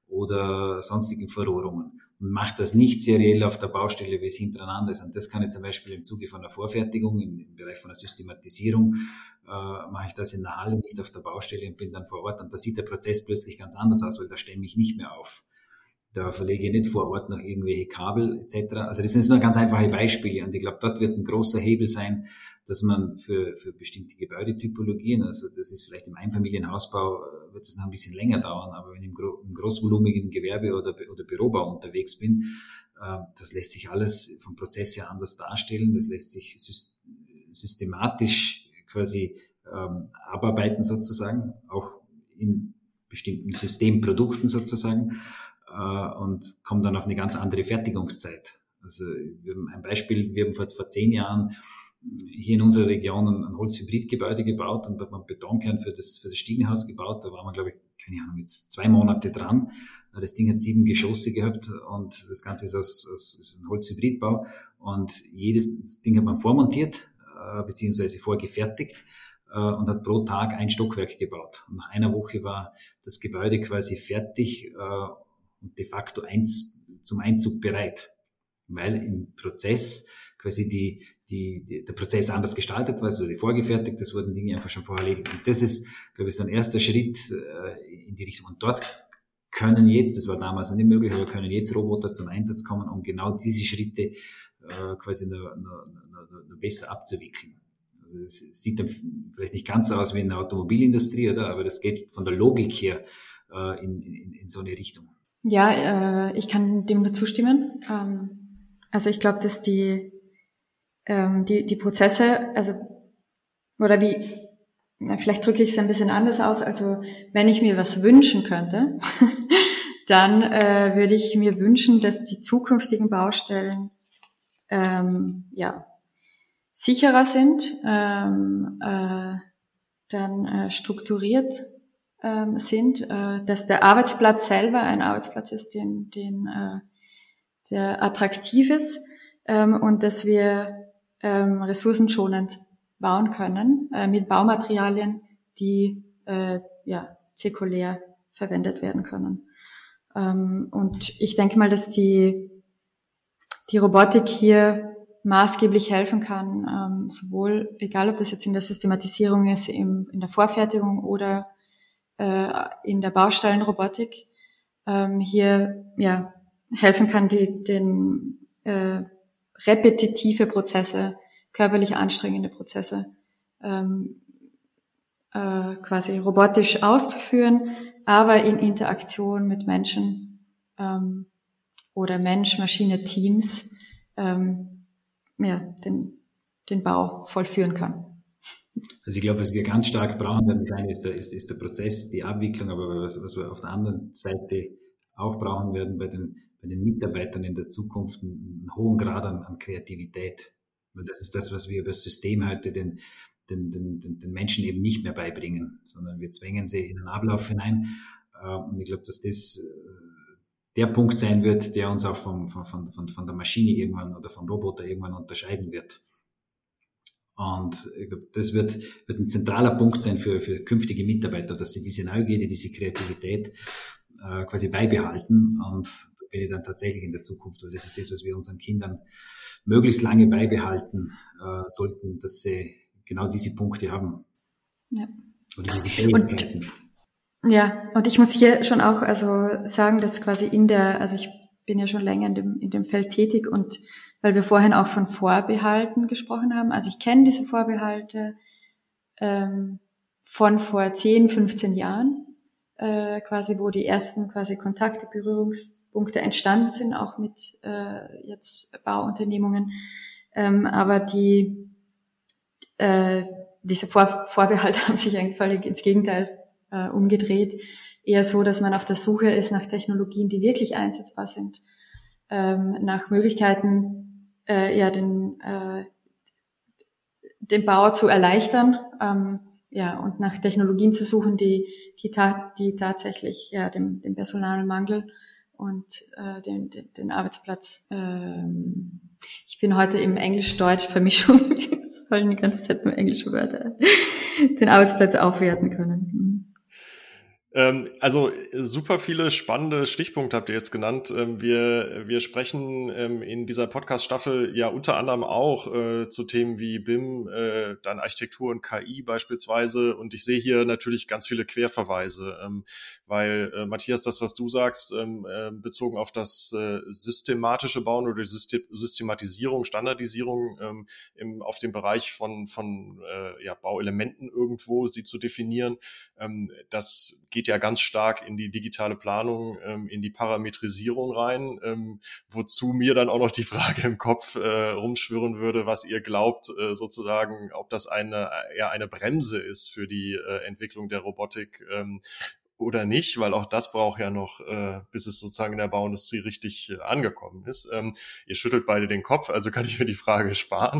C: oder sonstigen Verrohrungen und macht das nicht seriell auf der Baustelle, wie es hintereinander ist. Und das kann ich zum Beispiel im Zuge von der Vorfertigung, im Bereich von der Systematisierung, mache ich das in der Halle, nicht auf der Baustelle und bin dann vor Ort. Und da sieht der Prozess plötzlich ganz anders aus, weil da stemme ich nicht mehr auf. Da verlege ich nicht vor Ort noch irgendwelche Kabel etc. Also das sind jetzt nur ganz einfache Beispiele. Und ich glaube, dort wird ein großer Hebel sein, dass man für bestimmte Gebäudetypologien, also das ist vielleicht im Einfamilienhausbau, wird es noch ein bisschen länger dauern, aber wenn ich im großvolumigen Gewerbe oder Bürobau unterwegs bin, das lässt sich alles vom Prozess her anders darstellen, das lässt sich systematisch quasi abarbeiten sozusagen, auch in bestimmten Systemprodukten sozusagen, und kommt dann auf eine ganz andere Fertigungszeit. Also wir haben ein Beispiel, wir haben vor 10 Jahren hier in unserer Region ein Holzhybridgebäude gebaut und da hat man Betonkern für das Stiegenhaus gebaut. Da waren wir, glaube ich, keine Ahnung, jetzt 2 Monate dran. Das Ding hat 7 Geschosse gehabt und das Ganze ist aus ein Holzhybridbau und jedes Ding hat man vormontiert, beziehungsweise vorgefertigt und hat pro Tag ein Stockwerk gebaut. Und nach einer Woche war das Gebäude quasi fertig und de facto zum Einzug bereit, weil im Prozess quasi der Prozess anders gestaltet war, es wurde vorgefertigt, es wurden Dinge einfach schon vorher erledigt. Und das ist, glaube ich, so ein erster Schritt in die Richtung. Und dort können jetzt, das war damals noch nicht möglich, aber können jetzt Roboter zum Einsatz kommen, um genau diese Schritte quasi noch besser abzuwickeln. Also es sieht dann vielleicht nicht ganz so aus wie in der Automobilindustrie, oder? Aber das geht von der Logik her in so eine Richtung.
B: Ja, ich kann dem nur zustimmen. Also ich glaube, dass die Prozesse, also, oder vielleicht drücke ich es ein bisschen anders aus, also wenn ich mir was wünschen könnte, dann würde ich mir wünschen, dass die zukünftigen Baustellen sicherer sind, dann strukturiert sind, dass der Arbeitsplatz selber ein Arbeitsplatz ist, der attraktiv ist, und dass wir ressourcenschonend bauen können mit Baumaterialien, die zirkulär verwendet werden können. Und ich denke mal, dass die Robotik hier maßgeblich helfen kann, sowohl, egal ob das jetzt in der Systematisierung ist, in der Vorfertigung oder in der Baustellenrobotik, hier helfen kann, den repetitive Prozesse, körperlich anstrengende Prozesse quasi robotisch auszuführen, aber in Interaktion mit Menschen oder Mensch-Maschine-Teams den Bau vollführen kann.
C: Also ich glaube, was wir ganz stark brauchen werden, das eine ist der Prozess, die Abwicklung, aber was wir auf der anderen Seite auch brauchen werden bei den Mitarbeitern in der Zukunft, einen hohen Grad an Kreativität. Weil das ist das, was wir über das System heute den Menschen eben nicht mehr beibringen, sondern wir zwängen sie in einen Ablauf hinein. Und ich glaube, dass das der Punkt sein wird, der uns auch von der Maschine irgendwann oder vom Roboter irgendwann unterscheiden wird. Und ich glaube, das wird ein zentraler Punkt sein für künftige Mitarbeiter, dass sie diese Neugierde, diese Kreativität quasi beibehalten. Und da bin ich dann tatsächlich in der Zukunft, weil das ist das, was wir unseren Kindern möglichst lange beibehalten sollten, dass sie genau diese Punkte haben. Ja. Oder diese Fähigkeiten.
B: Und ich muss hier schon auch sagen, dass quasi ich bin ja schon länger in dem Feld tätig, und weil wir vorhin auch von Vorbehalten gesprochen haben, also ich kenne diese Vorbehalte von vor 10, 15 Jahren, quasi wo die ersten quasi Kontakte, Berührungspunkte entstanden sind, auch mit jetzt Bauunternehmungen, aber diese Vorbehalte haben sich eigentlich völlig ins Gegenteil umgedreht, eher so, dass man auf der Suche ist nach Technologien, die wirklich einsetzbar sind, nach Möglichkeiten, den Bau zu erleichtern, und nach Technologien zu suchen, die tatsächlich dem Personalmangel und den Arbeitsplatz, ich bin heute im Englisch-Deutsch-Vermischung, weil die ganze Zeit nur englische Wörter, den Arbeitsplatz aufwerten können.
A: Also super viele spannende Stichpunkte habt ihr jetzt genannt. Wir sprechen in dieser Podcast-Staffel ja unter anderem auch zu Themen wie BIM, dann Architektur und KI beispielsweise. Und ich sehe hier natürlich ganz viele Querverweise, weil Matthias, das, was du sagst, bezogen auf das systematische Bauen oder die Systematisierung, Standardisierung auf dem Bereich von Bauelementen irgendwo, sie zu definieren, das geht ja ganz stark in die digitale Planung, in die Parametrisierung rein, wozu mir dann auch noch die Frage im Kopf rumschwirren würde, was ihr glaubt, sozusagen, ob das eine Bremse ist für die Entwicklung der Robotik oder nicht, weil auch das braucht ja noch, bis es sozusagen in der Bauindustrie richtig angekommen ist. Ihr schüttelt beide den Kopf, also kann ich mir die Frage sparen.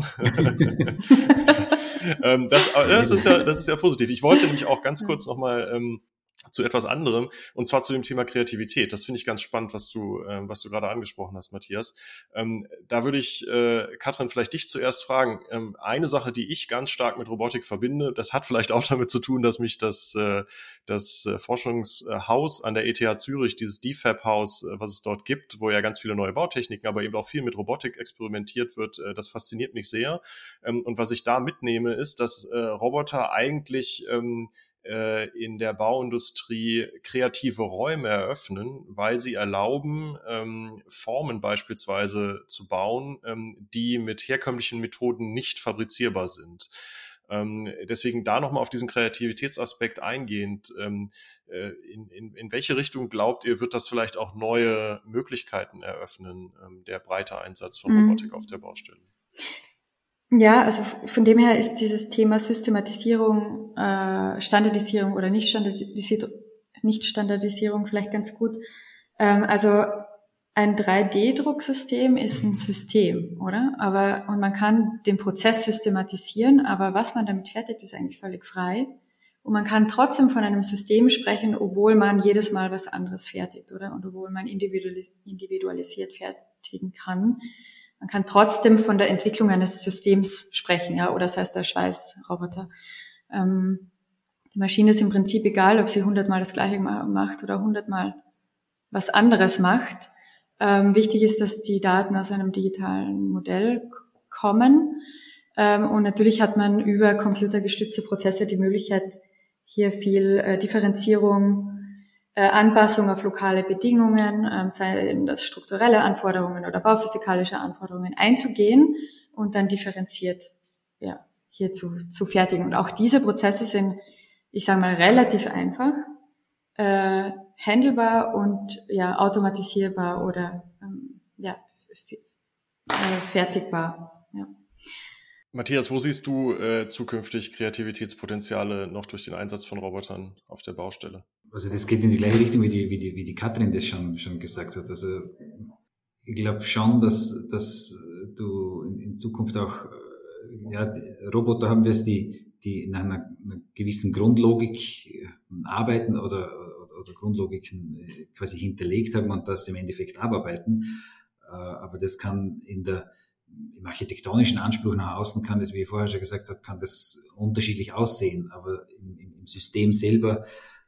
A: Das ist ja positiv. Ich wollte nämlich auch ganz kurz nochmal zu etwas anderem, und zwar zu dem Thema Kreativität. Das finde ich ganz spannend, was du gerade angesprochen hast, Matthias. Da würde ich, Katrin, vielleicht dich zuerst fragen. Eine Sache, die ich ganz stark mit Robotik verbinde, das hat vielleicht auch damit zu tun, dass mich das Forschungshaus an der ETH Zürich, dieses DFAB-Haus, was es dort gibt, wo ja ganz viele neue Bautechniken, aber eben auch viel mit Robotik experimentiert wird, das fasziniert mich sehr. Und was ich da mitnehme, ist, dass Roboter eigentlich in der Bauindustrie kreative Räume eröffnen, weil sie erlauben, Formen beispielsweise zu bauen, die mit herkömmlichen Methoden nicht fabrizierbar sind. Deswegen da nochmal auf diesen Kreativitätsaspekt eingehend, in welche Richtung glaubt ihr, wird das vielleicht auch neue Möglichkeiten eröffnen, der breite Einsatz von Robotik auf der Baustelle?
B: Ja, also von dem her ist dieses Thema Systematisierung, Standardisierung oder Nicht-Standardisierung vielleicht ganz gut. Also ein 3D-Drucksystem ist ein System, oder? Und man kann den Prozess systematisieren, aber was man damit fertigt, ist eigentlich völlig frei. Und man kann trotzdem von einem System sprechen, obwohl man jedes Mal was anderes fertigt, oder? Und obwohl man individualisiert fertigen kann. Man kann trotzdem von der Entwicklung eines Systems sprechen, ja, oder das heißt der Schweißroboter. Die Maschine ist im Prinzip egal, ob sie 100-mal das Gleiche macht oder 100-mal was anderes macht. Wichtig ist, dass die Daten aus einem digitalen Modell kommen. Und natürlich hat man über computergestützte Prozesse die Möglichkeit, hier viel Differenzierung, Anpassung auf lokale Bedingungen, seien das strukturelle Anforderungen oder bauphysikalische Anforderungen einzugehen und dann differenziert hier zu fertigen. Und auch diese Prozesse sind, ich sage mal, relativ einfach, handelbar und automatisierbar oder fertigbar. Ja.
A: Matthias, wo siehst du zukünftig Kreativitätspotenziale noch durch den Einsatz von Robotern auf der Baustelle?
C: Also das geht in die gleiche Richtung, wie die Katrin das schon gesagt hat. Also ich glaube schon, dass du in Zukunft auch Roboter haben wirst, die nach einer gewissen Grundlogik arbeiten oder Grundlogiken quasi hinterlegt haben und das im Endeffekt abarbeiten. Aber das kann im architektonischen Anspruch nach außen kann das, wie ich vorher schon gesagt habe, kann das unterschiedlich aussehen. Aber im System selber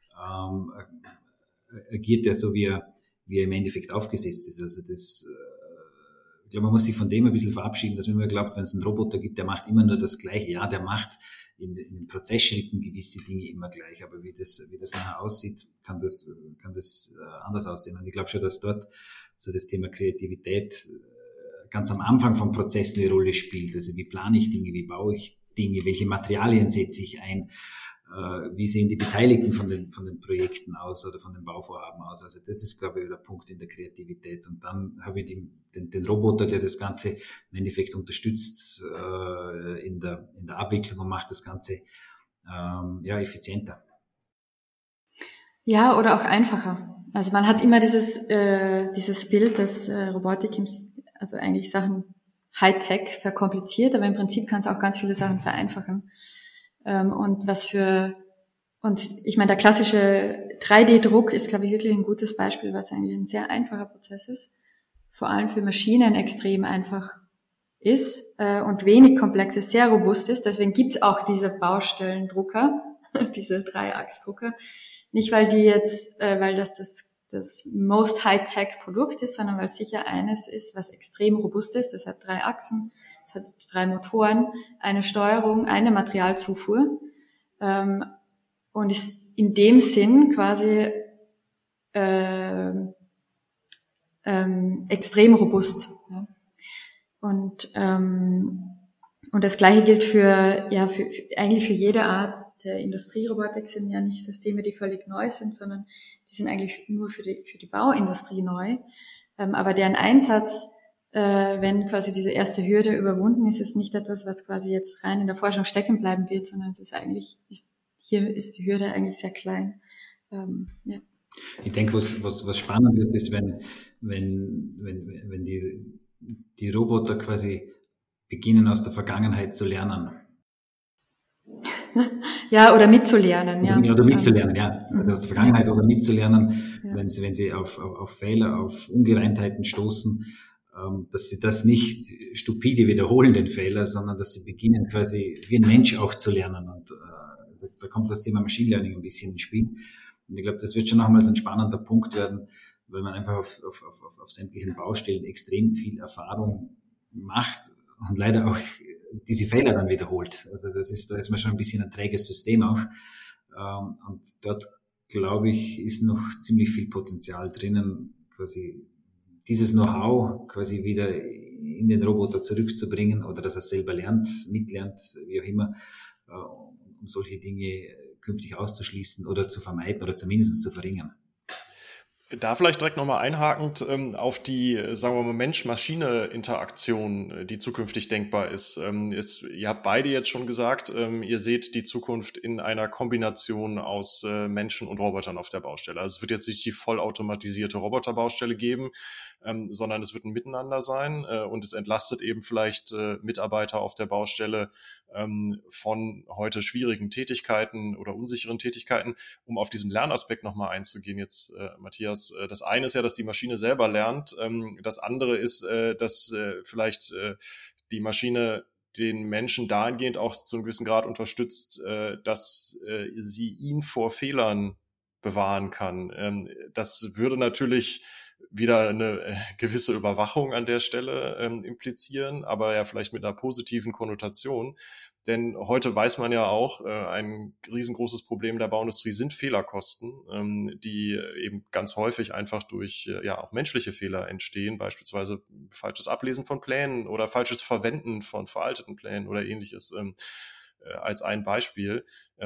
C: agiert er so, wie er im Endeffekt aufgesetzt ist. Also ich glaube, man muss sich von dem ein bisschen verabschieden, dass man immer glaubt, wenn es einen Roboter gibt, der macht immer nur das Gleiche. Ja, der macht in den Prozessschritten gewisse Dinge immer gleich, aber wie das nachher aussieht, kann das anders aussehen. Und ich glaube schon, dass dort so das Thema Kreativität ganz am Anfang vom Prozess eine Rolle spielt. Also wie plane ich Dinge, wie baue ich Dinge, welche Materialien setze ich ein, wie sehen die Beteiligten von den Projekten aus oder von den Bauvorhaben aus. Also das ist, glaube ich, der Punkt in der Kreativität. Und dann habe ich den Roboter, der das Ganze im Endeffekt unterstützt in der Abwicklung und macht das Ganze effizienter.
B: Ja, oder auch einfacher. Also man hat immer dieses Bild, dass Robotik also eigentlich Sachen Hightech verkompliziert, aber im Prinzip kann es auch ganz viele Sachen vereinfachen. Und ich meine, der klassische 3D-Druck ist, glaube ich, wirklich ein gutes Beispiel, was eigentlich ein sehr einfacher Prozess ist, vor allem für Maschinen extrem einfach ist und wenig komplex ist, sehr robust ist. Deswegen gibt's auch diese Baustellendrucker, diese Dreiachsdrucker. Nicht, weil die jetzt, weil das most High-Tech-Produkt ist, sondern weil es sicher eines ist, was extrem robust ist. Es hat 3 Achsen, es hat 3 Motoren, eine Steuerung, eine Materialzufuhr und ist in dem Sinn quasi extrem robust. Ja. Und das Gleiche gilt für eigentlich für jede Art der Industrierobotik. Sind ja nicht Systeme, die völlig neu sind, sondern die sind eigentlich nur für die Bauindustrie neu. Aber deren Einsatz, wenn quasi diese erste Hürde überwunden ist, ist nicht etwas, was quasi jetzt rein in der Forschung stecken bleiben wird, sondern es ist eigentlich, hier ist die Hürde eigentlich sehr klein. Ja.
C: Ich denke, was spannend wird, ist, wenn die Roboter quasi beginnen, aus der Vergangenheit zu lernen.
B: Ja, oder mitzulernen, ja.
C: Oder mitzulernen, ja. Also aus der Vergangenheit oder mitzulernen, ja. wenn sie auf Fehler, auf Ungereimtheiten stoßen, dass sie das nicht stupide wiederholen, den Fehler, sondern dass sie beginnen, quasi wie ein Mensch auch zu lernen. Und also da kommt das Thema Machine Learning ein bisschen ins Spiel. Und ich glaube, das wird schon nochmals ein spannender Punkt werden, weil man einfach auf sämtlichen Baustellen extrem viel Erfahrung macht und leider auch diese Fehler dann wiederholt. Also da ist man schon ein bisschen ein träges System auch. Und dort, glaube ich, ist noch ziemlich viel Potenzial drinnen, quasi dieses Know-how quasi wieder in den Roboter zurückzubringen oder dass er selber lernt, mitlernt, wie auch immer, um solche Dinge künftig auszuschließen oder zu vermeiden oder zumindest zu verringern.
A: Da vielleicht direkt nochmal einhakend auf die, sagen wir mal, Mensch-Maschine-Interaktion, die zukünftig denkbar ist. Ihr habt beide jetzt schon gesagt, ihr seht die Zukunft in einer Kombination aus Menschen und Robotern auf der Baustelle. Also es wird jetzt nicht die vollautomatisierte Roboterbaustelle geben, sondern es wird ein Miteinander sein und es entlastet eben vielleicht Mitarbeiter auf der Baustelle von heute schwierigen Tätigkeiten oder unsicheren Tätigkeiten. Um auf diesen Lernaspekt nochmal einzugehen jetzt, Matthias, das eine ist ja, dass die Maschine selber lernt. Das andere ist, dass vielleicht die Maschine den Menschen dahingehend auch zu einem gewissen Grad unterstützt, dass sie ihn vor Fehlern bewahren kann. Das würde natürlich wieder eine gewisse Überwachung an der Stelle implizieren, aber ja vielleicht mit einer positiven Konnotation. Denn heute weiß man ja auch, ein riesengroßes Problem der Bauindustrie sind Fehlerkosten, die eben ganz häufig einfach durch auch menschliche Fehler entstehen, beispielsweise falsches Ablesen von Plänen oder falsches Verwenden von veralteten Plänen oder ähnliches als ein Beispiel.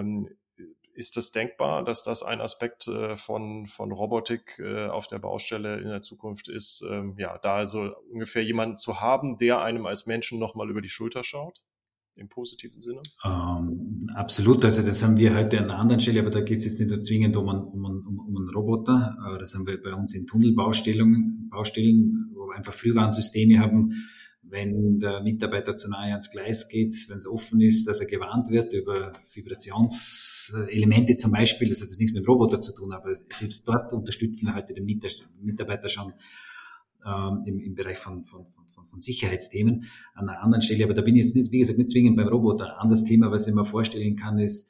A: Ist es denkbar, dass das ein Aspekt von Robotik auf der Baustelle in der Zukunft ist, da also ungefähr jemanden zu haben, der einem als Menschen nochmal über die Schulter schaut? Im positiven Sinne?
C: Absolut, also das haben wir heute an einer anderen Stelle, aber da geht es jetzt nicht so zwingend um einen Roboter. Das haben wir bei uns in Tunnelbaustellen, wo wir einfach Frühwarnsysteme haben, wenn der Mitarbeiter zu nahe ans Gleis geht, wenn es offen ist, dass er gewarnt wird über Vibrationselemente zum Beispiel. Das hat jetzt nichts mit dem Roboter zu tun, aber selbst dort unterstützen wir heute den Mitarbeiter schon im Bereich von Sicherheitsthemen an einer anderen Stelle. Aber da bin ich jetzt nicht, wie gesagt, nicht zwingend beim Roboter. Ein anderes Thema, was ich mir vorstellen kann, ist,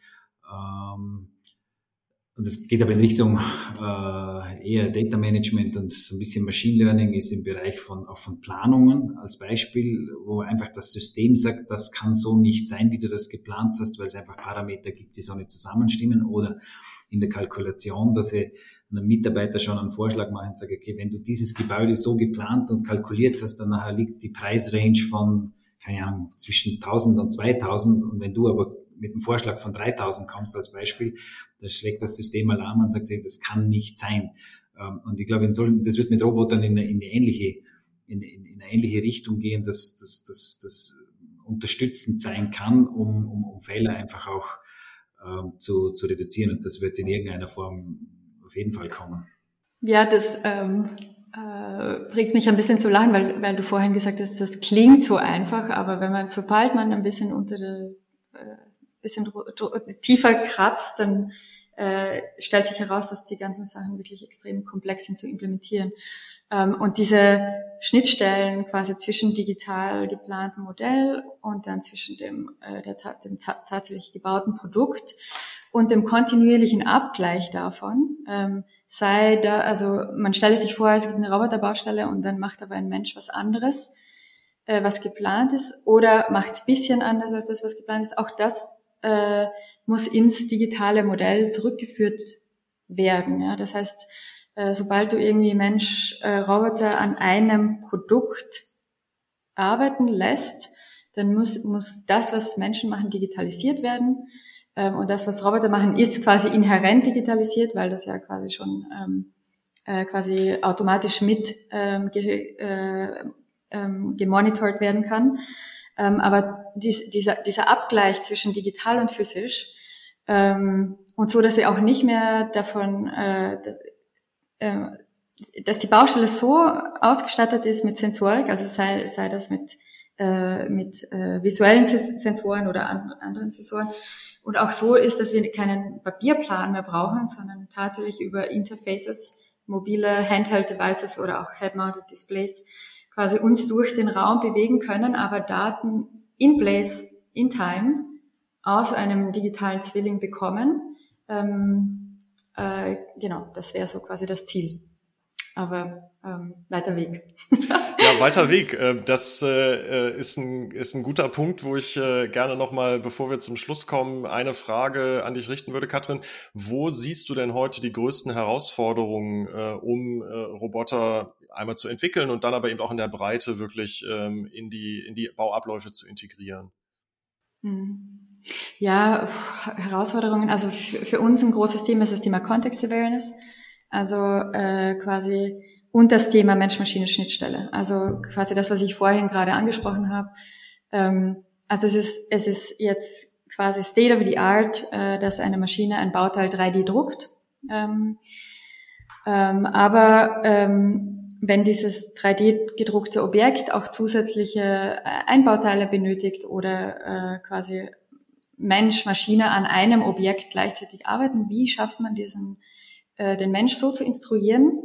C: und das geht aber in Richtung eher Data Management und so ein bisschen Machine Learning, ist im Bereich von Planungen als Beispiel, wo einfach das System sagt, das kann so nicht sein, wie du das geplant hast, weil es einfach Parameter gibt, die so nicht zusammenstimmen, oder in der Kalkulation, dass ich einem Mitarbeiter schon einen Vorschlag mache und sage, okay, wenn du dieses Gebäude so geplant und kalkuliert hast, dann nachher liegt die Preisrange von, keine Ahnung, zwischen 1000 und 2000, und wenn du aber mit einem Vorschlag von 3000 kommst als Beispiel, da schlägt das System Alarm und sagt, hey, das kann nicht sein. Und ich glaube, das wird mit Robotern in eine ähnliche Richtung gehen, dass das unterstützend sein kann, um Fehler einfach auch zu reduzieren. Und das wird in irgendeiner Form auf jeden Fall kommen.
B: Ja, das bringt mich ein bisschen zu lachen, weil du vorhin gesagt hast, das klingt so einfach, aber sobald man ein bisschen tiefer kratzt, dann stellt sich heraus, dass die ganzen Sachen wirklich extrem komplex sind zu implementieren. Und diese Schnittstellen quasi zwischen digital geplantem Modell und dann zwischen dem tatsächlich gebauten Produkt und dem kontinuierlichen Abgleich davon, also man stelle sich vor, es gibt eine Roboterbaustelle und dann macht aber ein Mensch was anderes, was geplant ist, oder macht es ein bisschen anders als das, was geplant ist. Auch das muss ins digitale Modell zurückgeführt werden. Ja? Das heißt, sobald du irgendwie Roboter an einem Produkt arbeiten lässt, dann muss das, was Menschen machen, digitalisiert werden. Und das, was Roboter machen, ist quasi inhärent digitalisiert, weil das ja quasi schon quasi automatisch mit gemonitort werden kann. Aber dieser Abgleich zwischen digital und physisch und so, dass wir auch nicht mehr davon dass die Baustelle so ausgestattet ist mit Sensorik, also sei das mit visuellen Sensoren oder anderen Sensoren, und auch so ist, dass wir keinen Papierplan mehr brauchen, sondern tatsächlich über Interfaces, mobile Handheld-Devices oder auch Head-Mounted Displays quasi uns durch den Raum bewegen können, aber Daten in place, in time, aus einem digitalen Zwilling bekommen. Genau, das wäre so quasi das Ziel. Aber weiter Weg.
A: Ja, weiter Weg. Das ist ein guter Punkt, wo ich gerne nochmal, bevor wir zum Schluss kommen, eine Frage an dich richten würde, Katrin. Wo siehst du denn heute die größten Herausforderungen, um Roboter einmal zu entwickeln und dann aber eben auch in der Breite wirklich in die Bauabläufe zu integrieren?
B: Ja, Herausforderungen. Also für uns ein großes Thema ist das Thema Context Awareness. Also quasi und das Thema Mensch-Maschine-Schnittstelle. Also quasi das, was ich vorhin gerade angesprochen habe. Also es ist jetzt quasi State of the Art, dass eine Maschine ein Bauteil 3D druckt. Aber wenn dieses 3D gedruckte Objekt auch zusätzliche Einbauteile benötigt oder quasi Mensch, Maschine an einem Objekt gleichzeitig arbeiten, wie schafft man den Mensch so zu instruieren,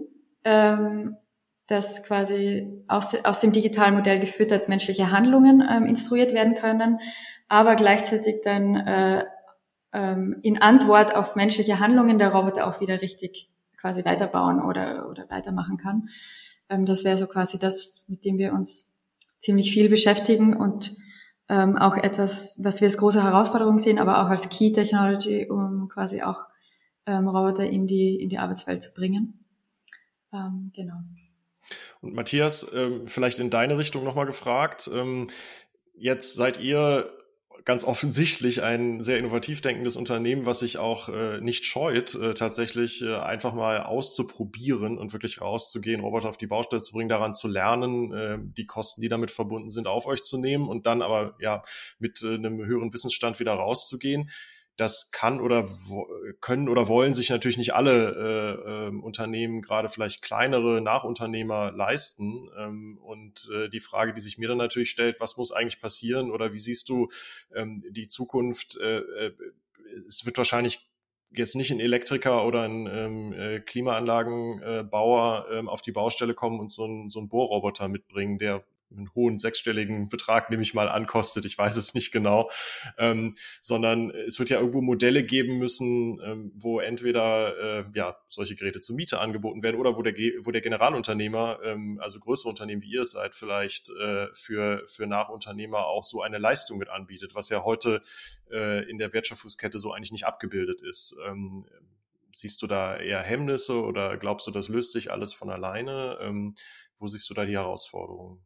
B: dass quasi aus dem digitalen Modell gefüttert menschliche Handlungen instruiert werden können, aber gleichzeitig dann in Antwort auf menschliche Handlungen der Roboter auch wieder richtig quasi weiterbauen oder weitermachen kann. Das wäre so quasi das, mit dem wir uns ziemlich viel beschäftigen und auch etwas, was wir als große Herausforderung sehen, aber auch als Key Technology, um quasi auch Roboter in die Arbeitswelt zu bringen. Genau.
A: Und Matthias, vielleicht in deine Richtung nochmal gefragt. Jetzt seid ihr ganz offensichtlich ein sehr innovativ denkendes Unternehmen, was sich auch nicht scheut, tatsächlich einfach mal auszuprobieren und wirklich rauszugehen, Roboter auf die Baustelle zu bringen, daran zu lernen, die Kosten, die damit verbunden sind, auf euch zu nehmen und dann aber ja mit einem höheren Wissensstand wieder rauszugehen. Das können oder wollen sich natürlich nicht alle Unternehmen, gerade vielleicht kleinere Nachunternehmer, leisten. Und die Frage, die sich mir dann natürlich stellt, was muss eigentlich passieren oder wie siehst du die Zukunft? Es wird wahrscheinlich jetzt nicht ein Elektriker oder ein Klimaanlagenbauer auf die Baustelle kommen und so einen Bohrroboter mitbringen, der einen hohen sechsstelligen Betrag, nehme ich mal an, kostet. Ich weiß es nicht genau. Sondern es wird ja irgendwo Modelle geben müssen, wo entweder solche Geräte zur Miete angeboten werden oder wo der Generalunternehmer, also größere Unternehmen wie ihr es seid, vielleicht für Nachunternehmer auch so eine Leistung mit anbietet, was ja heute in der Wertschöpfungskette so eigentlich nicht abgebildet ist. Siehst du da eher Hemmnisse oder glaubst du, das löst sich alles von alleine? Wo siehst du da die Herausforderungen?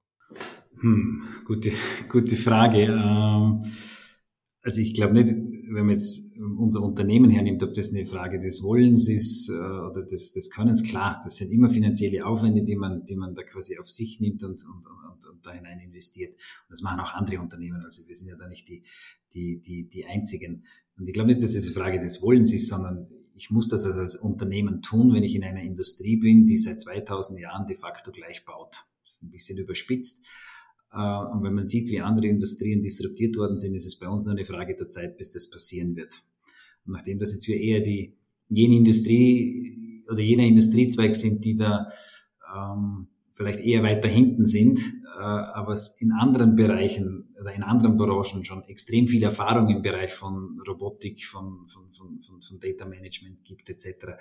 C: Gute Frage. Also ich glaube nicht, wenn man jetzt unser Unternehmen hernimmt, ob das eine Frage des Wollens ist oder des Könnens. Klar, das sind immer finanzielle Aufwände, die man da quasi auf sich nimmt und da hinein investiert. Und das machen auch andere Unternehmen. Also wir sind ja da nicht die einzigen. Und ich glaube nicht, dass das eine Frage des Wollens ist, sondern ich muss das als Unternehmen tun, wenn ich in einer Industrie bin, die seit 2000 Jahren de facto gleich baut. Das ist ein bisschen überspitzt. Und wenn man sieht, wie andere Industrien disruptiert worden sind, ist es bei uns nur eine Frage der Zeit, bis das passieren wird. Und nachdem das jetzt wir eher jene Industrie oder jener Industriezweig sind, die da vielleicht eher weiter hinten sind, aber es in anderen Bereichen oder in anderen Branchen schon extrem viel Erfahrung im Bereich von Robotik, von Data Management gibt etc.,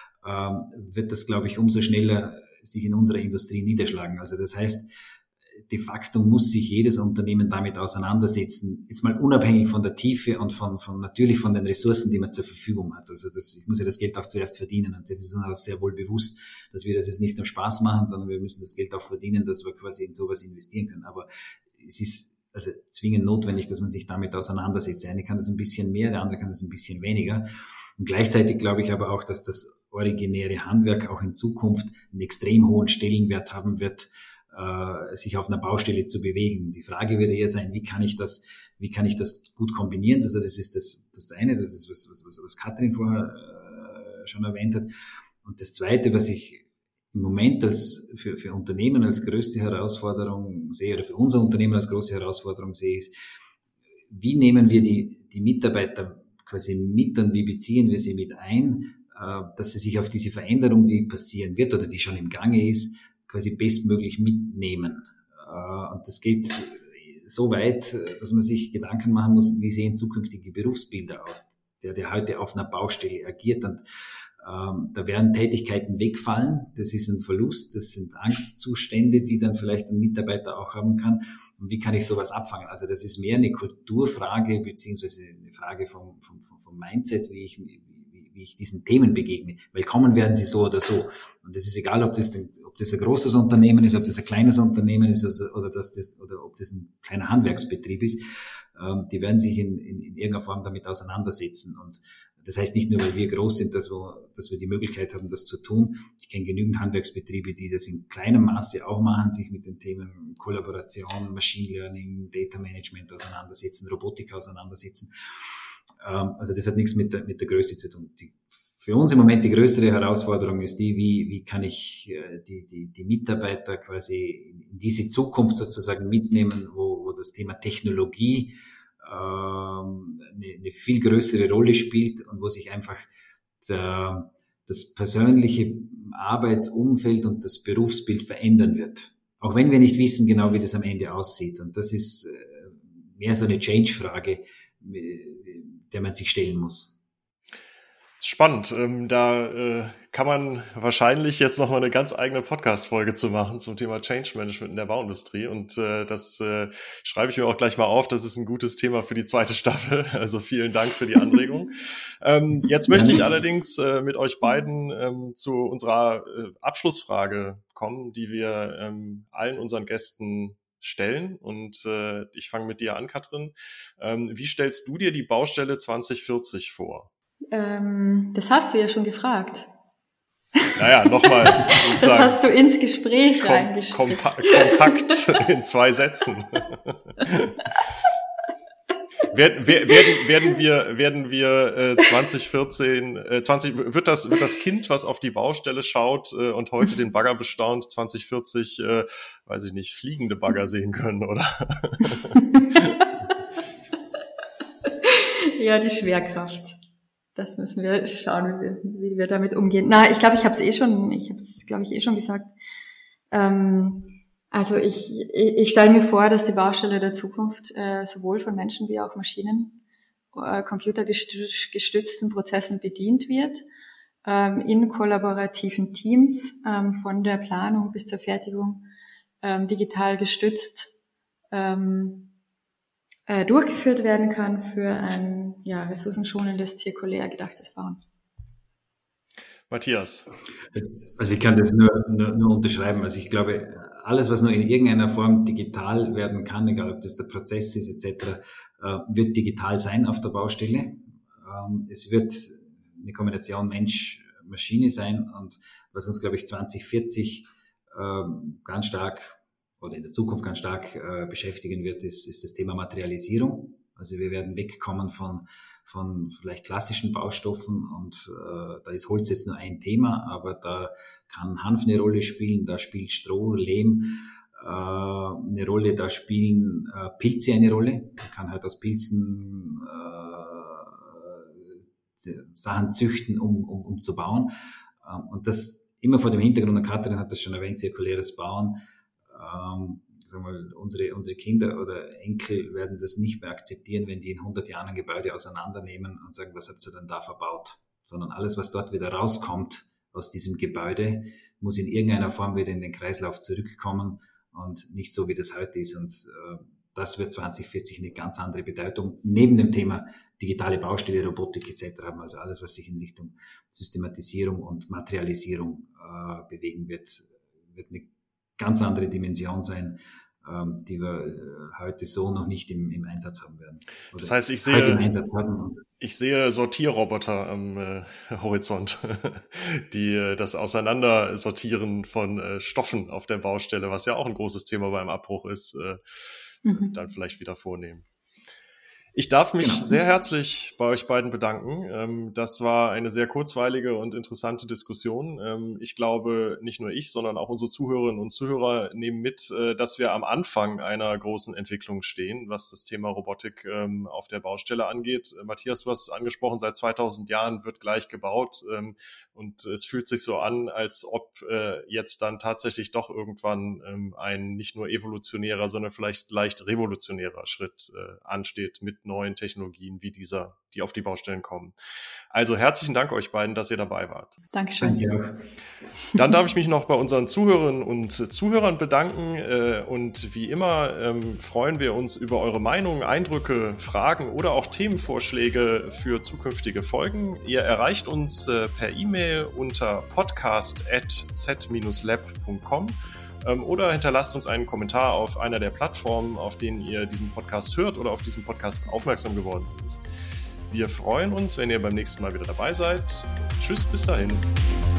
C: wird das, glaube ich, umso schneller sich in unserer Industrie niederschlagen. Also das heißt, de facto muss sich jedes Unternehmen damit auseinandersetzen, jetzt mal unabhängig von der Tiefe und natürlich von den Ressourcen, die man zur Verfügung hat. Also ich muss ja das Geld auch zuerst verdienen, und das ist uns auch sehr wohl bewusst, dass wir das jetzt nicht zum Spaß machen, sondern wir müssen das Geld auch verdienen, dass wir quasi in sowas investieren können. Aber es ist also zwingend notwendig, dass man sich damit auseinandersetzt. Der eine kann das ein bisschen mehr, der andere kann das ein bisschen weniger. Und gleichzeitig glaube ich aber auch, dass das originäre Handwerk auch in Zukunft einen extrem hohen Stellenwert haben wird, sich auf einer Baustelle zu bewegen. Die Frage wird eher sein, wie kann ich das gut kombinieren? Also das ist das eine, das ist was Katrin vorher schon erwähnt hat. Und das zweite, was ich im Moment für Unternehmen als größte Herausforderung sehe, oder für unser Unternehmen als große Herausforderung sehe, ist, wie nehmen wir die Mitarbeiter quasi mit und wie beziehen wir sie mit ein, dass sie sich auf diese Veränderung, die passieren wird oder die schon im Gange ist, quasi bestmöglich mitnehmen. Und das geht so weit, dass man sich Gedanken machen muss, wie sehen zukünftige Berufsbilder aus, der heute auf einer Baustelle agiert. Und da werden Tätigkeiten wegfallen. Das ist ein Verlust, das sind Angstzustände, die dann vielleicht ein Mitarbeiter auch haben kann. Und wie kann ich sowas abfangen? Also das ist mehr eine Kulturfrage beziehungsweise eine Frage vom Mindset, wie ich diesen Themen begegne. Weil kommen werden sie so oder so. Und es ist egal, ob das ein großes Unternehmen ist, ob das ein kleines Unternehmen ist oder ob das ein kleiner Handwerksbetrieb ist. Die werden sich in irgendeiner Form damit auseinandersetzen. Und das heißt nicht nur, weil wir groß sind, dass wir die Möglichkeit haben, das zu tun. Ich kenne genügend Handwerksbetriebe, die das in kleinem Maße auch machen, sich mit den Themen Kollaboration, Machine Learning, Data Management auseinandersetzen, Robotik auseinandersetzen. Also das hat nichts mit der Größe zu tun. Für uns im Moment die größere Herausforderung ist wie kann ich die Mitarbeiter quasi in diese Zukunft sozusagen mitnehmen, wo das Thema Technologie eine viel größere Rolle spielt und wo sich einfach das persönliche Arbeitsumfeld und das Berufsbild verändern wird. Auch wenn wir nicht wissen genau, wie das am Ende aussieht. Und das ist mehr so eine Change-Frage, der man sich stellen muss.
A: Spannend. Da kann man wahrscheinlich jetzt nochmal eine ganz eigene Podcast-Folge zu machen zum Thema Change Management in der Bauindustrie. Und das schreibe ich mir auch gleich mal auf. Das ist ein gutes Thema für die zweite Staffel. Also vielen Dank für die Anregung. Jetzt möchte ich allerdings mit euch beiden zu unserer Abschlussfrage kommen, die wir allen unseren Gästen stellen. Und ich fange mit dir an, Katrin. Wie stellst du dir die Baustelle 2040 vor?
B: Das hast du ja schon gefragt.
A: Naja, nochmal.
B: Das hast du ins Gespräch reingeschrieben.
C: Kompakt
A: in 2 Sätzen. Werden wir 2014, wird das Kind, was auf die Baustelle schaut und heute den Bagger bestaunt, 2040, weiß ich nicht, fliegende Bagger sehen können, oder?
B: Ja, die Schwerkraft. Das müssen wir schauen, wie wir damit umgehen. Na, ich glaube, ich habe es eh schon gesagt. Also ich stelle mir vor, dass die Baustelle der Zukunft sowohl von Menschen wie auch Maschinen, computergestützten Prozessen bedient wird, in kollaborativen Teams, von der Planung bis zur Fertigung, digital gestützt, durchgeführt werden kann für ein ressourcenschonendes, zirkulär gedachtes Bauen.
A: Matthias.
C: Also ich kann das nur unterschreiben. Also ich glaube, alles, was nur in irgendeiner Form digital werden kann, egal ob das der Prozess ist etc., wird digital sein auf der Baustelle. Es wird eine Kombination Mensch-Maschine sein, und was uns, glaube ich, 2040 ganz stark oder in der Zukunft ganz stark beschäftigen wird, ist das Thema Materialisierung. Also wir werden wegkommen von vielleicht klassischen Baustoffen, und da ist Holz jetzt nur ein Thema, aber da kann Hanf eine Rolle spielen, da spielt Stroh, Lehm eine Rolle, da spielen Pilze eine Rolle. Man kann halt aus Pilzen Sachen züchten, um zu bauen. Und das immer vor dem Hintergrund, und Katrin hat das schon erwähnt, zirkuläres Bauen. Sagen wir mal, unsere Kinder oder Enkel werden das nicht mehr akzeptieren, wenn die in 100 Jahren ein Gebäude auseinandernehmen und sagen, was habt ihr denn da verbaut? Sondern alles, was dort wieder rauskommt aus diesem Gebäude, muss in irgendeiner Form wieder in den Kreislauf zurückkommen und nicht so, wie das heute ist. Und das wird 2040 eine ganz andere Bedeutung neben dem Thema digitale Baustelle, Robotik etc. haben. Also alles, was sich in Richtung Systematisierung und Materialisierung bewegen wird eine ganz andere Dimension sein, die wir heute so noch nicht im Einsatz haben werden.
A: Oder das heißt, ich sehe Sortierroboter am Horizont, die das Auseinandersortieren von Stoffen auf der Baustelle, was ja auch ein großes Thema beim Abbruch ist, dann vielleicht wieder vornehmen. Ich darf mich sehr herzlich bei euch beiden bedanken. Das war eine sehr kurzweilige und interessante Diskussion. Ich glaube, nicht nur ich, sondern auch unsere Zuhörerinnen und Zuhörer nehmen mit, dass wir am Anfang einer großen Entwicklung stehen, was das Thema Robotik auf der Baustelle angeht. Matthias, du hast es angesprochen, seit 2000 Jahren wird gleich gebaut und es fühlt sich so an, als ob jetzt dann tatsächlich doch irgendwann ein nicht nur evolutionärer, sondern vielleicht leicht revolutionärer Schritt ansteht mit neuen Technologien wie dieser, die auf die Baustellen kommen. Also herzlichen Dank euch beiden, dass ihr dabei wart.
B: Dankeschön.
C: Danke.
A: Dann darf ich mich noch bei unseren Zuhörerinnen und Zuhörern bedanken und wie immer freuen wir uns über eure Meinungen, Eindrücke, Fragen oder auch Themenvorschläge für zukünftige Folgen. Ihr erreicht uns per E-Mail unter podcast@z-lab.com. Oder hinterlasst uns einen Kommentar auf einer der Plattformen, auf denen ihr diesen Podcast hört oder auf diesen Podcast aufmerksam geworden seid. Wir freuen uns, wenn ihr beim nächsten Mal wieder dabei seid. Tschüss, bis dahin.